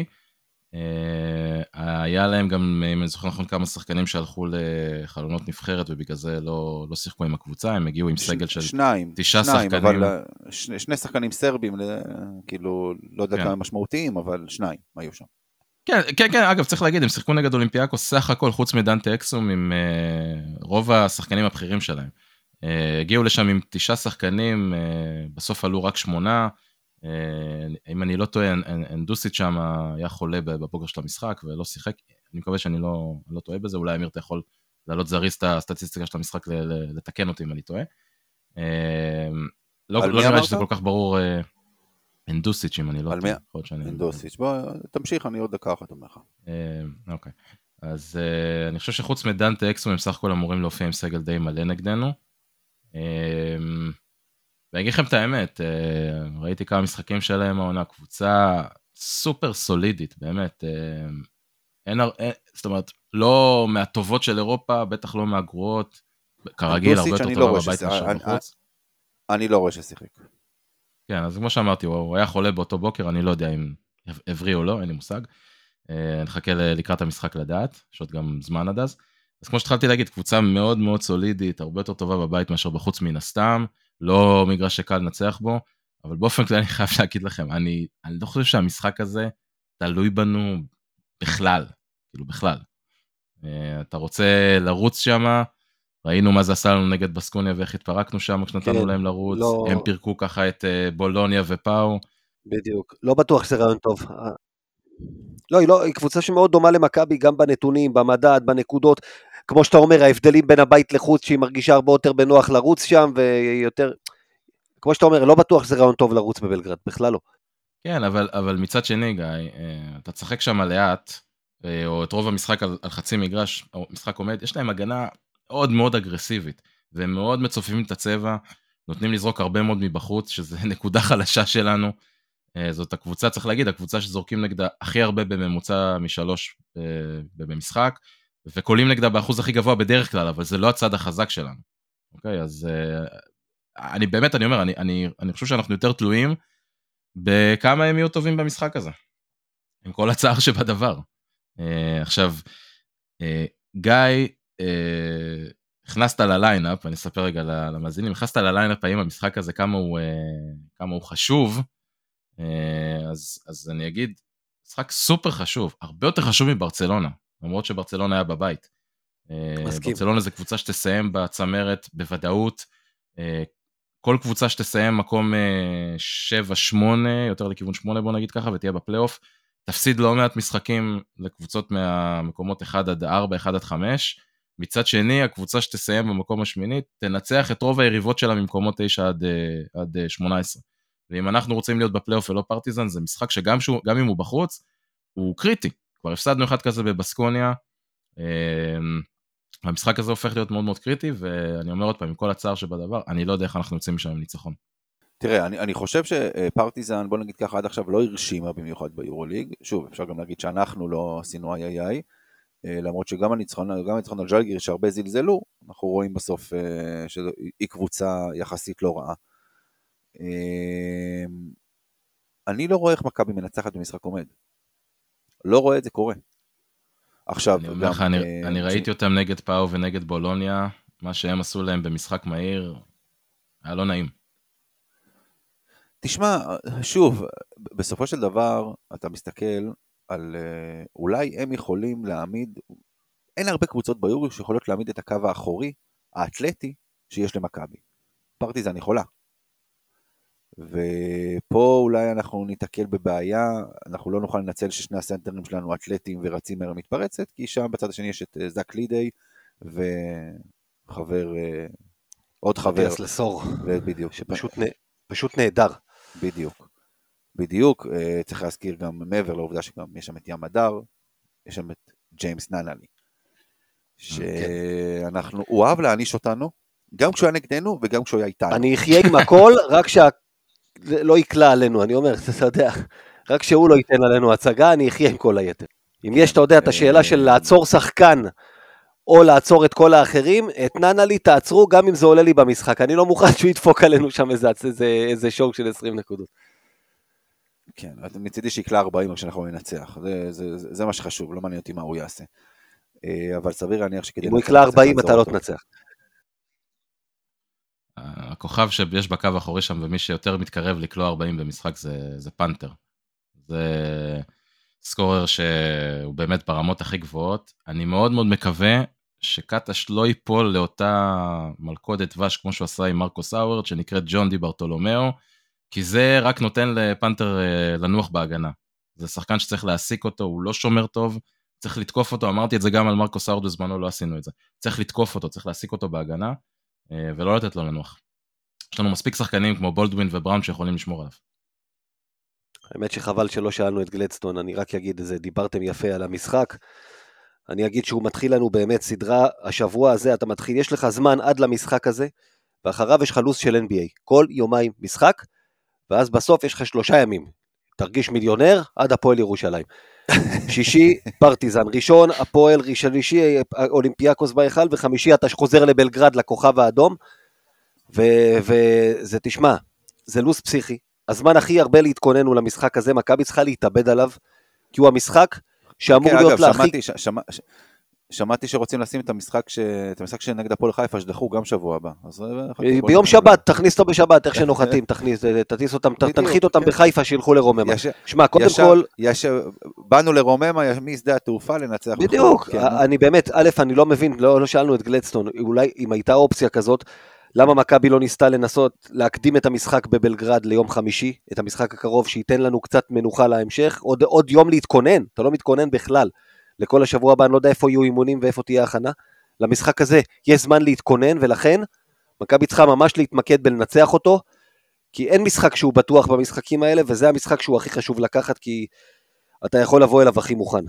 היה להם גם, אם אני זוכר נכון, כמה שחקנים שהלכו לחלונות נבחרת, ובגלל זה לא, לא שיחקו עם הקבוצה, הם הגיעו עם סגל של שניים, תשעה שניים, שחקנים. אבל שני, שני שחקנים סרבים, כאילו, לא יודע כמה משמעותיים, אבל שניים היו שם. כן, כן, כן, אגב, צריך להגיד, הם שיחקו נגד אולימפיאקוס, סך הכל, חוץ מדנטה אקסום, עם uh, רוב השחקנים הבכירים שלהם. Uh, הגיעו לשם עם תשעה שחקנים, uh, בסוף עלו רק שמונה, uh, אם אני לא טועה, אנדוסית שם היה חולה בבוגר של המשחק, ולא שיחק, אני מקווה שאני לא, לא טועה בזה, אולי אמיר אתה יכול לעלות זריז את הסטטיסטיקה של המשחק, לתקן אותי אם אני טועה. Uh, לא, לא נראה שזה כל כך ברור... Uh, אנדוסיץ' אם אני לא טועה. אנדוסיץ', בוא תמשיך, אני עוד דקה אחת אומר לך. אוקיי, אז אני חושב שחוץ מדנטה אקסום הם סך הכל אמורים להופיע עם סגל די מלא נגדנו. ואני אגיד לכם את האמת, ראיתי כמה משחקים שלהם, העונה קבוצה סופר סולידית, באמת. זאת אומרת, לא מהטובות של אירופה, בטח לא מהגרועות, כרגיל, הרבה יותר טובה בבית מאשר בחוץ. אני לא רואה ששיחק. כן, אז כמו שאמרתי, הוא היה חולה באותו בוקר, אני לא יודע אם הבריא או לא, אין לי מושג. נחכה לקראת המשחק לדעת, יש עוד גם זמן עד אז. אז כמו שהתחלתי להגיד, קבוצה מאוד מאוד סולידית, הרבה יותר טובה בבית מאשר בחוץ מן הסתם, לא מגרש שקל לנצח בו, אבל באופן כלל אני חייב להגיד לכם, אני, אני לא חושב שהמשחק הזה תלוי בנו בכלל, כאילו בכלל. אתה רוצה לרוץ שם, ראינו מה זה עשה לנו נגד בסקוניה ואיך התפרקנו שם כשנתנו כן, להם לרוץ, לא... הם פירקו ככה את בולוניה ופאו. בדיוק, לא בטוח שזה רעיון טוב. לא, היא לא, היא קבוצה שמאוד דומה למכבי, גם בנתונים, במדד, בנקודות, כמו שאתה אומר, ההבדלים בין הבית לחוץ, שהיא מרגישה הרבה יותר בנוח לרוץ שם, ויותר, כמו שאתה אומר, לא בטוח שזה רעיון טוב לרוץ בבלגרד, בכלל לא. כן, אבל, אבל מצד שני, גיא, אתה תשחק שם לאט, או את רוב המשחק על, על חצי מגרש, או משחק עומד, יש להם הגנה מאוד מאוד אגרסיבית, והם מאוד מצופפים את הצבע, נותנים לזרוק הרבה מאוד מבחוץ, שזה נקודה חלשה שלנו, זאת הקבוצה, צריך להגיד, הקבוצה שזורקים נגדה הכי הרבה בממוצע משלוש במשחק, וקולים נגדה באחוז הכי גבוה בדרך כלל, אבל זה לא הצד החזק שלנו. אוקיי, אז אני באמת, אני אומר, אני, אני, אני חושב שאנחנו יותר תלויים בכמה הם יהיו טובים במשחק הזה, עם כל הצער שבדבר. עכשיו, גיא, הכנסת לליינאפ, אני אספר רגע למאזינים, הכנסת לליינאפ האם המשחק הזה כמה הוא, כמה הוא חשוב, אז, אז אני אגיד, משחק סופר חשוב, הרבה יותר חשוב מברצלונה, למרות שברצלונה היה בבית. מסכים. ברצלונה זה קבוצה שתסיים בצמרת בוודאות, כל קבוצה שתסיים מקום שבע שמונה, יותר לכיוון שמונה בוא נגיד ככה, ותהיה בפלייאוף, תפסיד לא מעט משחקים לקבוצות מהמקומות אחד עד ארבע, אחד עד חמש, מצד שני הקבוצה שתסיים במקום השמיני, תנצח את רוב היריבות שלה ממקומות תשע עד, עד שמונה עשרה. ואם אנחנו רוצים להיות בפלייאוף ולא פרטיזן, זה משחק שגם שהוא, גם אם הוא בחוץ, הוא קריטי. כבר הפסדנו אחד כזה בבסקוניה, המשחק הזה הופך להיות מאוד מאוד קריטי, ואני אומר עוד פעם, עם כל הצער שבדבר, אני לא יודע איך אנחנו יוצאים משם עם ניצחון. תראה, אני, אני חושב שפרטיזן, בוא נגיד ככה, עד עכשיו לא הרשימה במיוחד ביורוליג, שוב, אפשר גם להגיד שאנחנו לא עשינו איי איי איי, למרות שגם הניצחון, גם הניצחון על ג'לגיר שהרבה זלזלו, אנחנו רואים בסוף שהיא קבוצה יחסית לא רעה. אני לא רואה איך מכבי מנצחת במשחק עומד. לא רואה את זה קורה. עכשיו, אני אומר לך, אני, אני ראיתי אותם נגד פאו ונגד בולוניה, מה שהם עשו להם במשחק מהיר, היה לא נעים. תשמע, שוב, בסופו של דבר, אתה מסתכל על, אולי הם יכולים להעמיד, אין הרבה קבוצות ביורו שיכולות להעמיד את הקו האחורי, האתלטי, שיש למכבי. פרטיזן יכולה. ופה אולי אנחנו ניתקל בבעיה, אנחנו לא נוכל לנצל ששני הסנטרים שלנו אתלטים ורצים מהר מתפרצת, כי שם בצד השני יש את זק לידי, וחבר, עוד חבר. מטיאס לסור. בדיוק. שפשוט פשוט נהדר. בדיוק. בדיוק, צריך להזכיר גם מעבר לעובדה שגם יש שם את ים הדר, יש שם את ג'יימס ננלי, שאנחנו, הוא אוהב להעניש אותנו, גם כשהוא היה נגדנו וגם כשהוא היה איתנו. אני אחיה עם הכל, רק שלא יקלה עלינו, אני אומר, אתה יודע, רק שהוא לא ייתן עלינו הצגה, אני אחיה עם כל היתר. אם יש, אתה יודע, את השאלה של לעצור שחקן, או לעצור את כל האחרים, את ננלי תעצרו גם אם זה עולה לי במשחק, אני לא מוכן שהוא ידפוק עלינו שם איזה, איזה, איזה שוק של עשרים נקודות. כן, מצידי שיקלה ארבעים כשאנחנו ננצח, זה, זה, זה, זה מה שחשוב, לא מעניין אותי מה הוא יעשה. אבל סביר להניח שכדי... אם הוא יקלה ארבעים אתה לא תנצח. הכוכב שיש בקו האחורי שם, ומי שיותר מתקרב לקלוע ארבעים במשחק זה, זה פנתר. זה סקורר שהוא באמת ברמות הכי גבוהות. אני מאוד מאוד מקווה שקטש לא ייפול לאותה מלכודת דבש כמו שהוא עשה עם מרקו סאוורד, שנקראת ג'ון די ברטולומיאו, כי זה רק נותן לפנתר לנוח בהגנה. זה שחקן שצריך להעסיק אותו, הוא לא שומר טוב, צריך לתקוף אותו, אמרתי את זה גם על מרקו סאוורד בזמנו, לא עשינו את זה. צריך לתקוף אותו, צריך להעסיק אותו בהגנה, ולא לתת לו לנוח. יש לנו מספיק שחקנים כמו בולדווין ובראון שיכולים לשמור עליו. האמת שחבל שלא שאלנו את גלדסטון, אני רק אגיד את זה, דיברתם יפה על המשחק, אני אגיד שהוא מתחיל לנו באמת סדרה, השבוע הזה אתה מתחיל, יש לך זמן עד למשחק הזה, ואחריו יש לך לו"ז של אן בי איי, כל יומיים משחק, ואז בסוף יש לך שלושה ימים, תרגיש מיליונר עד הפועל ירושלים. שישי פרטיזן, ראשון הפועל, שלישי אולימפיאקוס בהיכל, וחמישי אתה חוזר לבלגרד לכוכב האדום, וזה תשמע, זה לו"ז פסיכי, הזמן הכי הרבה להתכונן הוא למשחק הזה, מכבי צריכה להתאבד עליו, כי הוא המשחק שאמור כן, להיות אגב, לה הכי... שמעתי, ש, שמע, ש, שמעתי שרוצים לשים את המשחק, ש, את המשחק שנגד הפועל חיפה, שדחו גם שבוע הבא. אז, ביום שבת, תכניס אותו בשבת, איך שנוחתים, תכניס, תטיס אותם, תנחית אותם בחיפה, שילכו לרוממה. שמע, קודם כל... באנו לרוממה משדה התעופה לנצח. בדיוק, אני באמת, א', אני לא מבין, לא שאלנו את גלדסטון, אולי אם הייתה אופציה כזאת, למה מכבי לא ניסתה לנסות להקדים את המשחק בבלגרד ליום חמישי, את המשחק הקרוב שייתן לנו קצת מנוחה להמשך, עוד, עוד יום להתכונן, אתה לא מתכונן בכלל, לכל השבוע הבא, אני לא יודע איפה יהיו אימונים ואיפה תהיה הכנה, למשחק הזה יש זמן להתכונן, ולכן מכבי צריכה ממש להתמקד בלנצח אותו, כי אין משחק שהוא בטוח במשחקים האלה, וזה המשחק שהוא הכי חשוב לקחת, כי אתה יכול לבוא אליו הכי מוכן.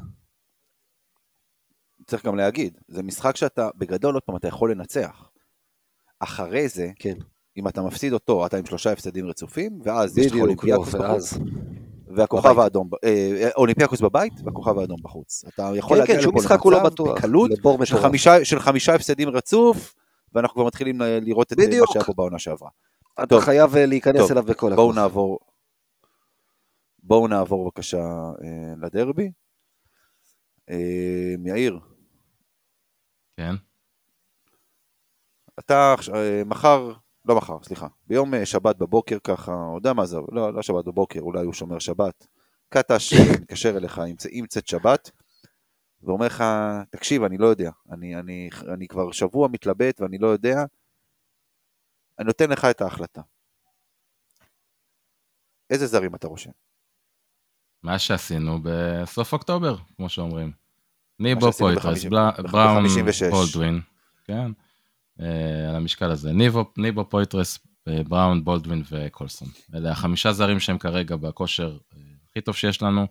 צריך גם להגיד, זה משחק שאתה בגדול עוד פעם אתה יכול לנצח. אחרי זה, כן. אם אתה מפסיד אותו, אתה עם שלושה הפסדים רצופים, ואז יש לך אולימפיאקוס בחוץ, והכוכב האדום, אולימפיאקוס בבית, והכוכב האדום בחוץ. אתה יכול להגיע לפה למצב בקלות, של חמישה הפסדים רצוף, ואנחנו כבר מתחילים לראות את מה שהיה פה בעונה שעברה. אתה חייב להיכנס אליו בכל הכוח. בואו נעבור, בואו נעבור בבקשה לדרבי. יאיר. כן. אתה מחר, לא מחר, סליחה, ביום שבת בבוקר ככה, יודע מה זה, לא, לא שבת בבוקר, אולי הוא שומר שבת, קטש מתקשר אליך עם צאת שבת, ואומר לך, תקשיב, אני לא יודע, אני, אני, אני כבר שבוע מתלבט ואני לא יודע, אני נותן לך את ההחלטה. איזה זרים אתה רושם? מה שעשינו בסוף אוקטובר, כמו שאומרים. ניבו פויטרס, בראון, בולדווין, כן? על המשקל הזה, ניבו, ניבו פויטרס, בראון, בולדווין וקולסון. אלה החמישה זרים שהם כרגע בכושר הכי טוב שיש לנו.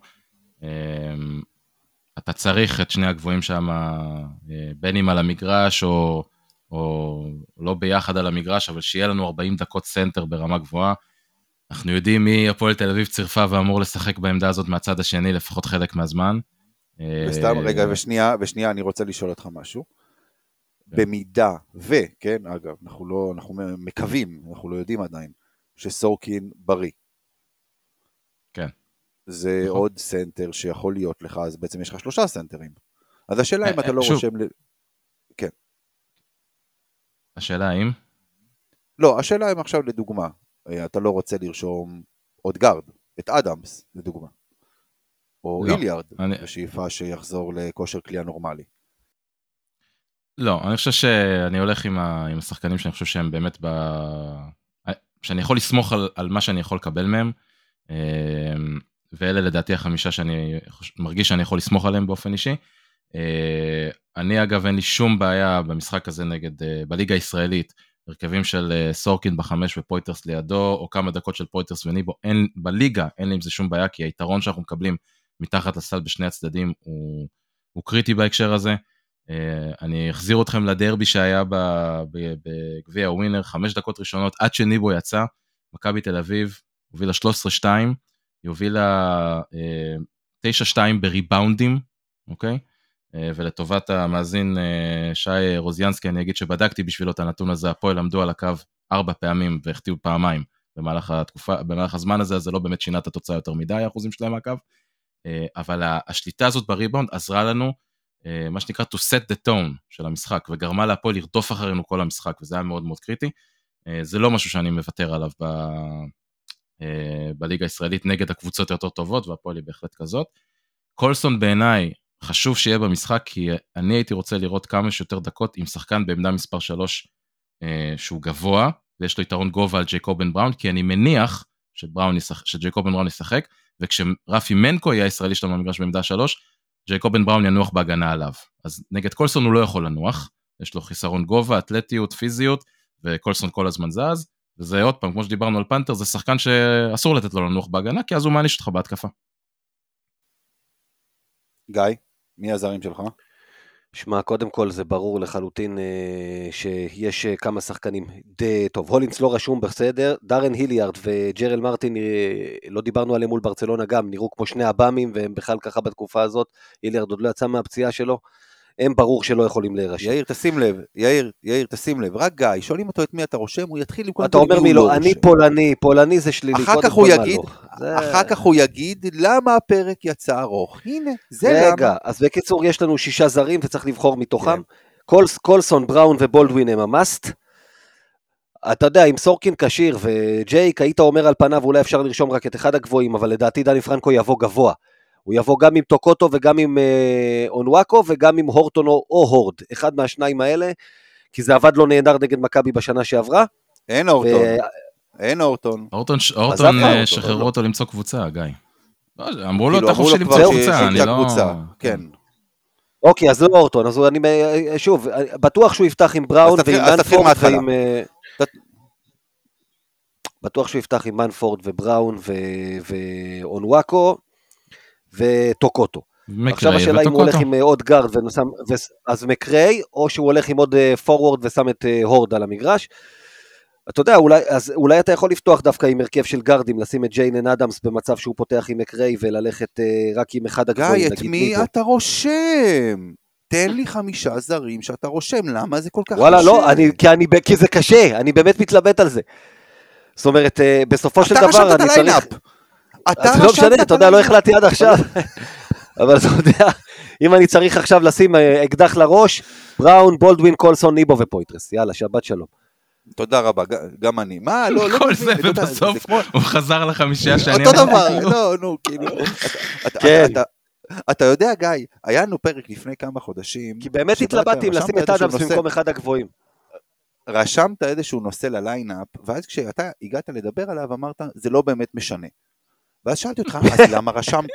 אתה צריך את שני הגבוהים שם, בין אם על המגרש או, או לא ביחד על המגרש, אבל שיהיה לנו ארבעים דקות סנטר ברמה גבוהה. אנחנו יודעים מי הפועל תל אביב צירפה ואמור לשחק בעמדה הזאת מהצד השני, לפחות חלק מהזמן. וסתם רגע, ושנייה, ושנייה, אני רוצה לשאול אותך משהו. במידה ו, כן, אגב, אנחנו לא, אנחנו מקווים, אנחנו לא יודעים עדיין, שסורקין בריא. כן. זה נכון. עוד סנטר שיכול להיות לך, אז בעצם יש לך שלושה סנטרים. אז השאלה אם אתה לא שוב. רושם... ל... כן. השאלה האם? לא, השאלה אם עכשיו לדוגמה, אתה לא רוצה לרשום עוד גארד, את אדמס, לדוגמה. או לא, איליארד, אני... בשאיפה שיחזור לכושר כלייה נורמלי. לא, אני חושב שאני הולך עם, ה... עם השחקנים שאני חושב שהם באמת ב... שאני יכול לסמוך על, על מה שאני יכול לקבל מהם, ואלה לדעתי החמישה שאני מרגיש שאני יכול לסמוך עליהם באופן אישי. אני אגב אין לי שום בעיה במשחק הזה נגד, בליגה הישראלית, הרכבים של סורקין בחמש ופויטרס לידו, או כמה דקות של פויטרס וניבו, אין, בליגה אין לי עם זה שום בעיה, כי היתרון שאנחנו מקבלים מתחת לסל בשני הצדדים הוא, הוא קריטי בהקשר הזה. אני אחזיר אתכם לדרבי שהיה בגביע הווינר, חמש דקות ראשונות, עד שניבו יצא, מכבי תל אביב, הובילה שלוש עשרה שתיים, היא הובילה תשע שתיים בריבאונדים, אוקיי? ולטובת המאזין שי רוזיאנסקי, אני אגיד שבדקתי בשבילו את הנתון הזה, הפועל עמדו על הקו ארבע פעמים והחטיאו פעמיים במהלך התקופה, במהלך הזמן הזה, זה לא באמת שינה את התוצאה יותר מדי, האחוזים שלהם מהקו, אבל השליטה הזאת בריבאונד עזרה לנו, מה שנקרא to set the tone של המשחק, וגרמה להפועל לרדוף אחרינו כל המשחק, וזה היה מאוד מאוד קריטי. זה לא משהו שאני מוותר עליו ב... בליגה הישראלית נגד הקבוצות יותר טובות, והפועל היא בהחלט כזאת. קולסון בעיניי חשוב שיהיה במשחק, כי אני הייתי רוצה לראות כמה שיותר דקות עם שחקן בעמדה מספר שלוש שהוא גבוה, ויש לו יתרון גובה על ג'ייקובן בראון, כי אני מניח שבראון ישחק, שג'ייקובן בראון ישחק, וכשרפי מנקו יהיה הישראלי שלנו במגרש בעמדה שלוש, ג'ייקובן בראון ינוח בהגנה עליו. אז נגד קולסון הוא לא יכול לנוח, יש לו חיסרון גובה, אתלטיות, פיזיות, וקולסון כל הזמן זז, וזה עוד פעם, כמו שדיברנו על פנתר, זה שחקן שאסור לתת לו לנוח בהגנה, כי אז הוא מעניש אותך בהתקפה. גיא, מי הזרים שלך? שמע, קודם כל זה ברור לחלוטין אה, שיש אה, כמה שחקנים, ד... טוב, הולינס לא רשום בסדר, דארן היליארד וג'רל מרטין, אה, לא דיברנו עליהם מול ברצלונה גם, נראו כמו שני הבאמים, והם בכלל ככה בתקופה הזאת, היליארד עוד לא יצא מהפציעה שלו, הם ברור שלא יכולים להירשם. יאיר, תשים לב, יאיר, יאיר, תשים לב, רק גיא, שואלים אותו את מי אתה רושם, הוא יתחיל עם... אתה אומר מי לא, אני פולני, פולני זה שלילי. אחר כך הוא יגיד, אחר כך הוא יגיד, למה הפרק יצא ארוך? הנה, זה למה. רגע, אז בקיצור יש לנו שישה זרים, וצריך לבחור מתוכם. קולסון, בראון ובולדווין הם המאסט. אתה יודע, אם סורקין קשיר וג'ייק, היית אומר על פניו, אולי אפשר לרשום רק את אחד הגבוהים, אבל לדעתי דני פרנקו יבוא גבוה. הוא יבוא גם עם טוקוטו וגם עם אה, אונוואקו וגם עם הורטון או הורד, אחד מהשניים האלה, כי זה עבד לא נהדר נגד מכבי בשנה שעברה. אין הורטון, ו... אין הורטון. הורטון, הורטון שחררו אותו למצוא קבוצה, גיא. אמרו לו, אתה חופשי למצוא קבוצה, אני לא... כן. אוקיי, אז לא הורטון, אז אני, שוב, בטוח שהוא יפתח עם בראון ועם מנפורד ועם... בטוח שהוא יפתח עם מנפורד ובראון ואונוואקו, וטוקוטו. עכשיו השאלה אם הוא הולך עם עוד גארד, אז מקריי, או שהוא הולך עם עוד פורוורד ושם את הורד על המגרש. אתה יודע, אולי, אז אולי אתה יכול לפתוח דווקא עם הרכב של גארדים, לשים את ג'יינן אדמס במצב שהוא פותח עם מקריי, וללכת רק עם אחד הגבוהים. גיא, את מי אתה רושם? תן לי חמישה זרים שאתה רושם, למה זה כל כך קשה? וואלה, לא, אני, כי, אני, כי זה קשה, אני באמת מתלבט על זה. זאת אומרת, בסופו של דבר אני צריך... אתה לא משנה, אתה יודע, לא החלטתי עד עכשיו, אבל אתה יודע, אם אני צריך עכשיו לשים אקדח לראש, בראון, בולדווין, קולסון, ניבו ופויטרס, יאללה, שבת שלום. תודה רבה, גם אני. מה, לא, לא... כל זה, ובסוף הוא חזר לחמישייה שאני... אותו דבר, לא, נו, כאילו... כן. אתה יודע, גיא, היה לנו פרק לפני כמה חודשים... כי באמת התלבטתי אם לשים את אדמס במקום אחד הגבוהים. רשמת איזשהו נושא לליינאפ, ואז כשאתה הגעת לדבר עליו, אמרת, זה לא באמת משנה. ואז שאלתי אותך, אז למה רשמת?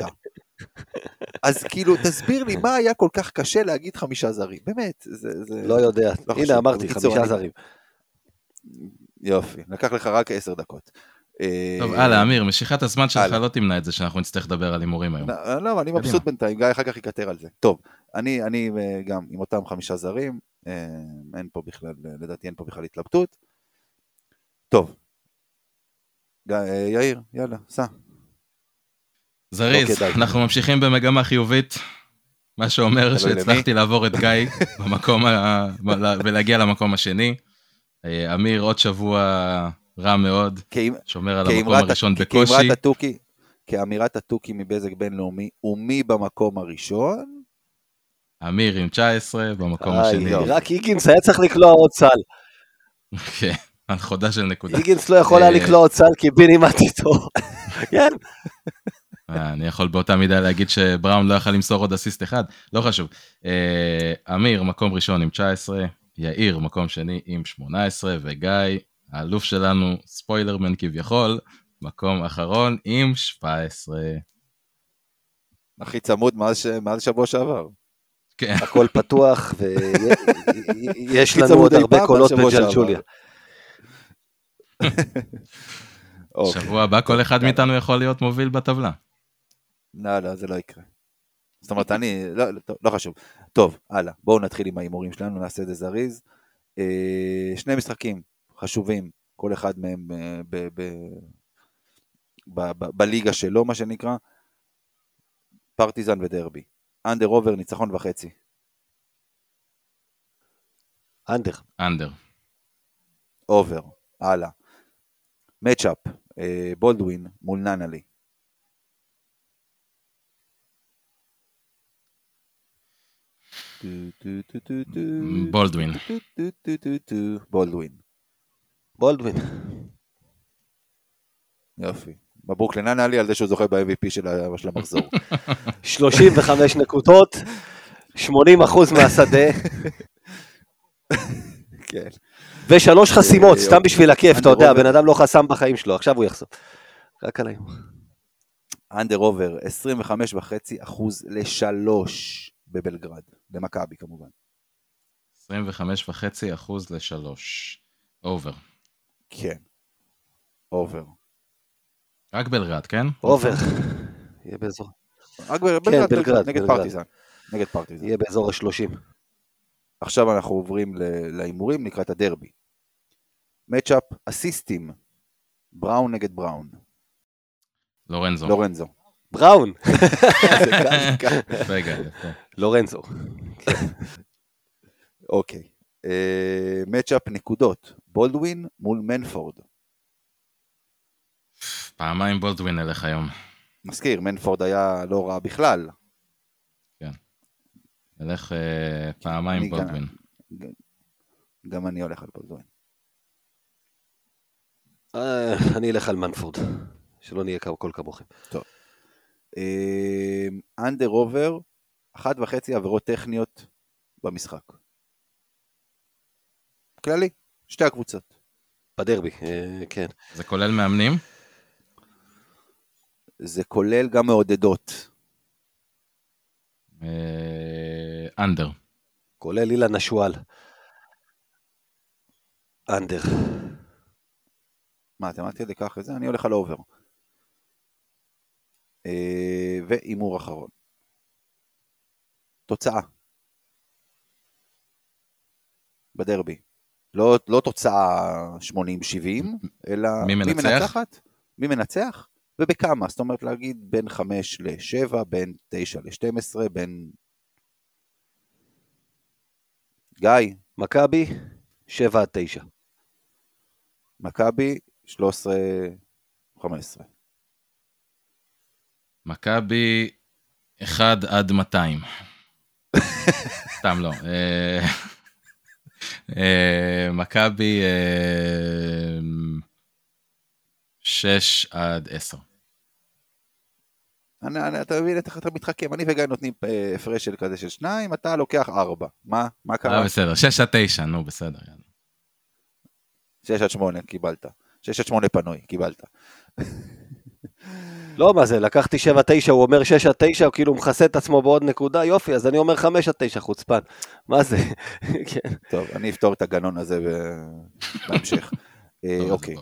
אז כאילו, תסביר לי, מה היה כל כך קשה להגיד חמישה זרים? באמת, זה... זה... לא יודע, לא הנה אמרתי, חמישה זרים. יופי, לקח לך רק עשר דקות. טוב, הלאה, אמיר, משיכת הזמן שלך לא תמנע את זה, שאנחנו נצטרך לדבר על הימורים היום. לא, אני מבסוט בינתיים, גיא אחר כך יקטר על זה. טוב, אני גם עם אותם חמישה זרים, אין פה בכלל, לדעתי אין פה בכלל התלבטות. טוב, יאיר, יאללה, סע. זריז, אנחנו ממשיכים במגמה חיובית, מה שאומר שהצלחתי לעבור את גיא במקום ולהגיע למקום השני. אמיר עוד שבוע רע מאוד, שומר על המקום הראשון בקושי. כאמירת התוכי מבזק בינלאומי, ומי במקום הראשון? אמיר עם תשע עשרה במקום השני. רק היגינס היה צריך לקלוע עוד סל. כן, על חודה של נקודה. היגינס לא יכול היה לקלוע עוד סל, כי בין אימת איתו. כן. אני יכול באותה מידה להגיד שבראון לא יכל למסור עוד אסיסט אחד, לא חשוב. אמיר, מקום ראשון עם תשע עשרה, יאיר, מקום שני עם שמונה עשרה, וגיא, האלוף שלנו, ספוילרמן כביכול, מקום אחרון עם שבע עשרה. הכי צמוד מאז שבוע שעבר. כן. הכל פתוח, ויש לנו עוד הרבה קולות בג'לג'וליה. שבוע הבא כל אחד מאיתנו יכול להיות מוביל בטבלה. לא, לא, זה לא יקרה. זאת אומרת, אני, לא, לא חשוב. טוב, הלאה, בואו נתחיל עם האימורים שלנו, נעשה את זה זריז. שני משחקים חשובים, כל אחד מהם בליגה שלו, מה שנקרא, פרטיזן ודרבי. אנדר אובר, ניצחון וחצי. אנדר. אנדר. אובר, הלאה. מצ'אפ, בולדווין מול ננלי. בולדווין. בולדווין. בולדווין. יופי. מברוק לננלי על זה שהוא זוכה ב-אם וי פי של המחזור. שלושים וחמש נקודות, שמונים אחוז מהשדה. כן. ושלוש חסימות, סתם בשביל הכיף, אתה יודע, בן אדם לא חסם בחיים שלו, עכשיו הוא יחסום. רק עליי. אנדר אובר, עשרים וחמש וחצי אחוז לשלוש בבלגרד, במכבי כמובן. עשרים וחמש וחצי אחוז לשלוש. אובר. כן. אובר. רק בלגרד, כן? אובר. יהיה באזור. רק בלגרד, נגד פרטיזן. נגד פרטיזן. יהיה באזור ה-שלושים. עכשיו אנחנו עוברים לאימורים לקראת הדרבי. מצ'אפ, אסיסטים, בראון נגד בראון. לורנזו. לורנזו. בראון. רגע, יפה. לורנזו. אוקיי. מצ'אפ נקודות, בולדווין מול מנפורד. פעמיים בולדווין הלך היום. מזכיר, מנפורד היה לא רע בכלל. כן. הלך פעמיים בולדווין. גם אני הולך על בולדווין. אני אלך על מנפורד. שלא נהיה כל כמוכם. טוב. אנדר אובר, אחת וחצי עבירות טכניות במשחק. כללי, שתי הקבוצות. בדרבי, כן. זה כולל מאמנים? זה כולל גם מעודדות. אנדר. כולל אילן השואל. אנדר. מה, אתם אמרתי לקח את זה? אני הולך על אובר. ואימור אחרון. תוצאה. בדרבי. לא, לא תוצאה שמונים שבעים, אלא מי מנצח? מי מנצחת, מי מנצח, ובכמה. זאת אומרת להגיד בין חמש לשבע, בין תשע לשתים עשרה, בין... גיא. מכבי, שבע עד תשע. מכבי, שלוש עשרה חמש עשרה. מכבי, אחד עד מאתיים. סתם לא. מכבי, שש עד עשר. אתה מבין, אתה מתחכם, אני וגיא נותנים הפרש של כזה של שניים, אתה לוקח ארבע. מה? מה קרה? בסדר, שש עד תשע, נו בסדר. שש עד שמונה, קיבלת. שש עד שמונה פנוי, קיבלת. לא, מה זה, לקחתי שבע תשע, הוא אומר שש עד תשע, הוא כאילו מכסה את עצמו בעוד נקודה, יופי, אז אני אומר חמש עד תשע, חוצפן. מה זה? כן. טוב, אני אפתור את הגנון הזה בהמשך. אוקיי.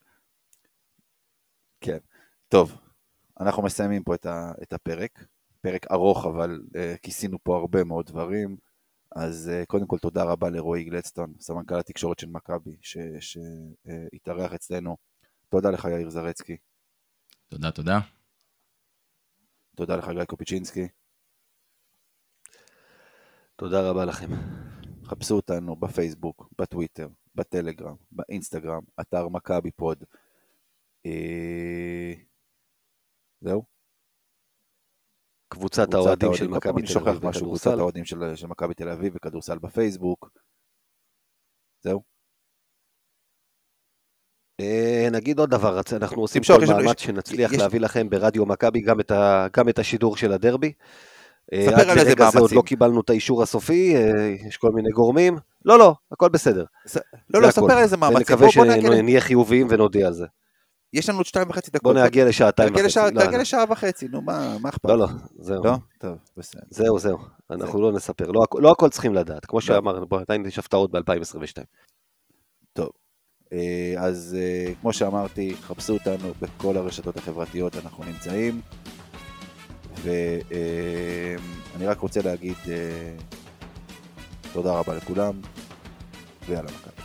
כן. טוב, אנחנו מסיימים פה את הפרק. פרק ארוך, אבל כיסינו פה הרבה מאוד דברים. אז קודם כל תודה רבה לרועי גלדסטון, סמנכ"ל התקשורת של מכבי, שהתארח אצלנו. תודה לך יאיר זרצקי. תודה, תודה. תודה לך גיא קופיצ'ינסקי. תודה רבה לכם. חפשו אותנו בפייסבוק, בטוויטר, בטלגרם, באינסטגרם, אתר מכבי פוד. זהו? קבוצת האוהדים של מכבי תל אביב. אני שוכח משהו, קבוצת האוהדים של מכבי תל אביב וכדורסל בפייסבוק. זהו? נגיד עוד דבר, אנחנו עושים כל מאמץ שנצליח להביא לכם ברדיו מכבי גם את השידור של הדרבי. עד לרגע זה עוד לא קיבלנו את האישור הסופי, יש כל מיני גורמים. לא, לא, הכל בסדר. לא, לא, ספר איזה מאמצים. ונקווה שנהיה חיוביים ונודיע על זה. יש לנו עוד שתיים וחצי דקות. בוא נגיע לשעתיים וחצי. תגיע לשעה וחצי, נו, מה אכפת? לא, לא, זהו. לא? טוב, בסדר. זהו, זהו. אנחנו לא נספר. לא הכל צריכים לדעת. כמו שאמרנו, בוא, עדיין יש הפתעות ב-אלפיים עשרים ושתיים. טוב. אז כמו שאמרתי, חפשו אותנו בכל הרשתות החברתיות, אנחנו נמצאים. ואני רק רוצה להגיד תודה רבה לכולם, ויאללה מכבי.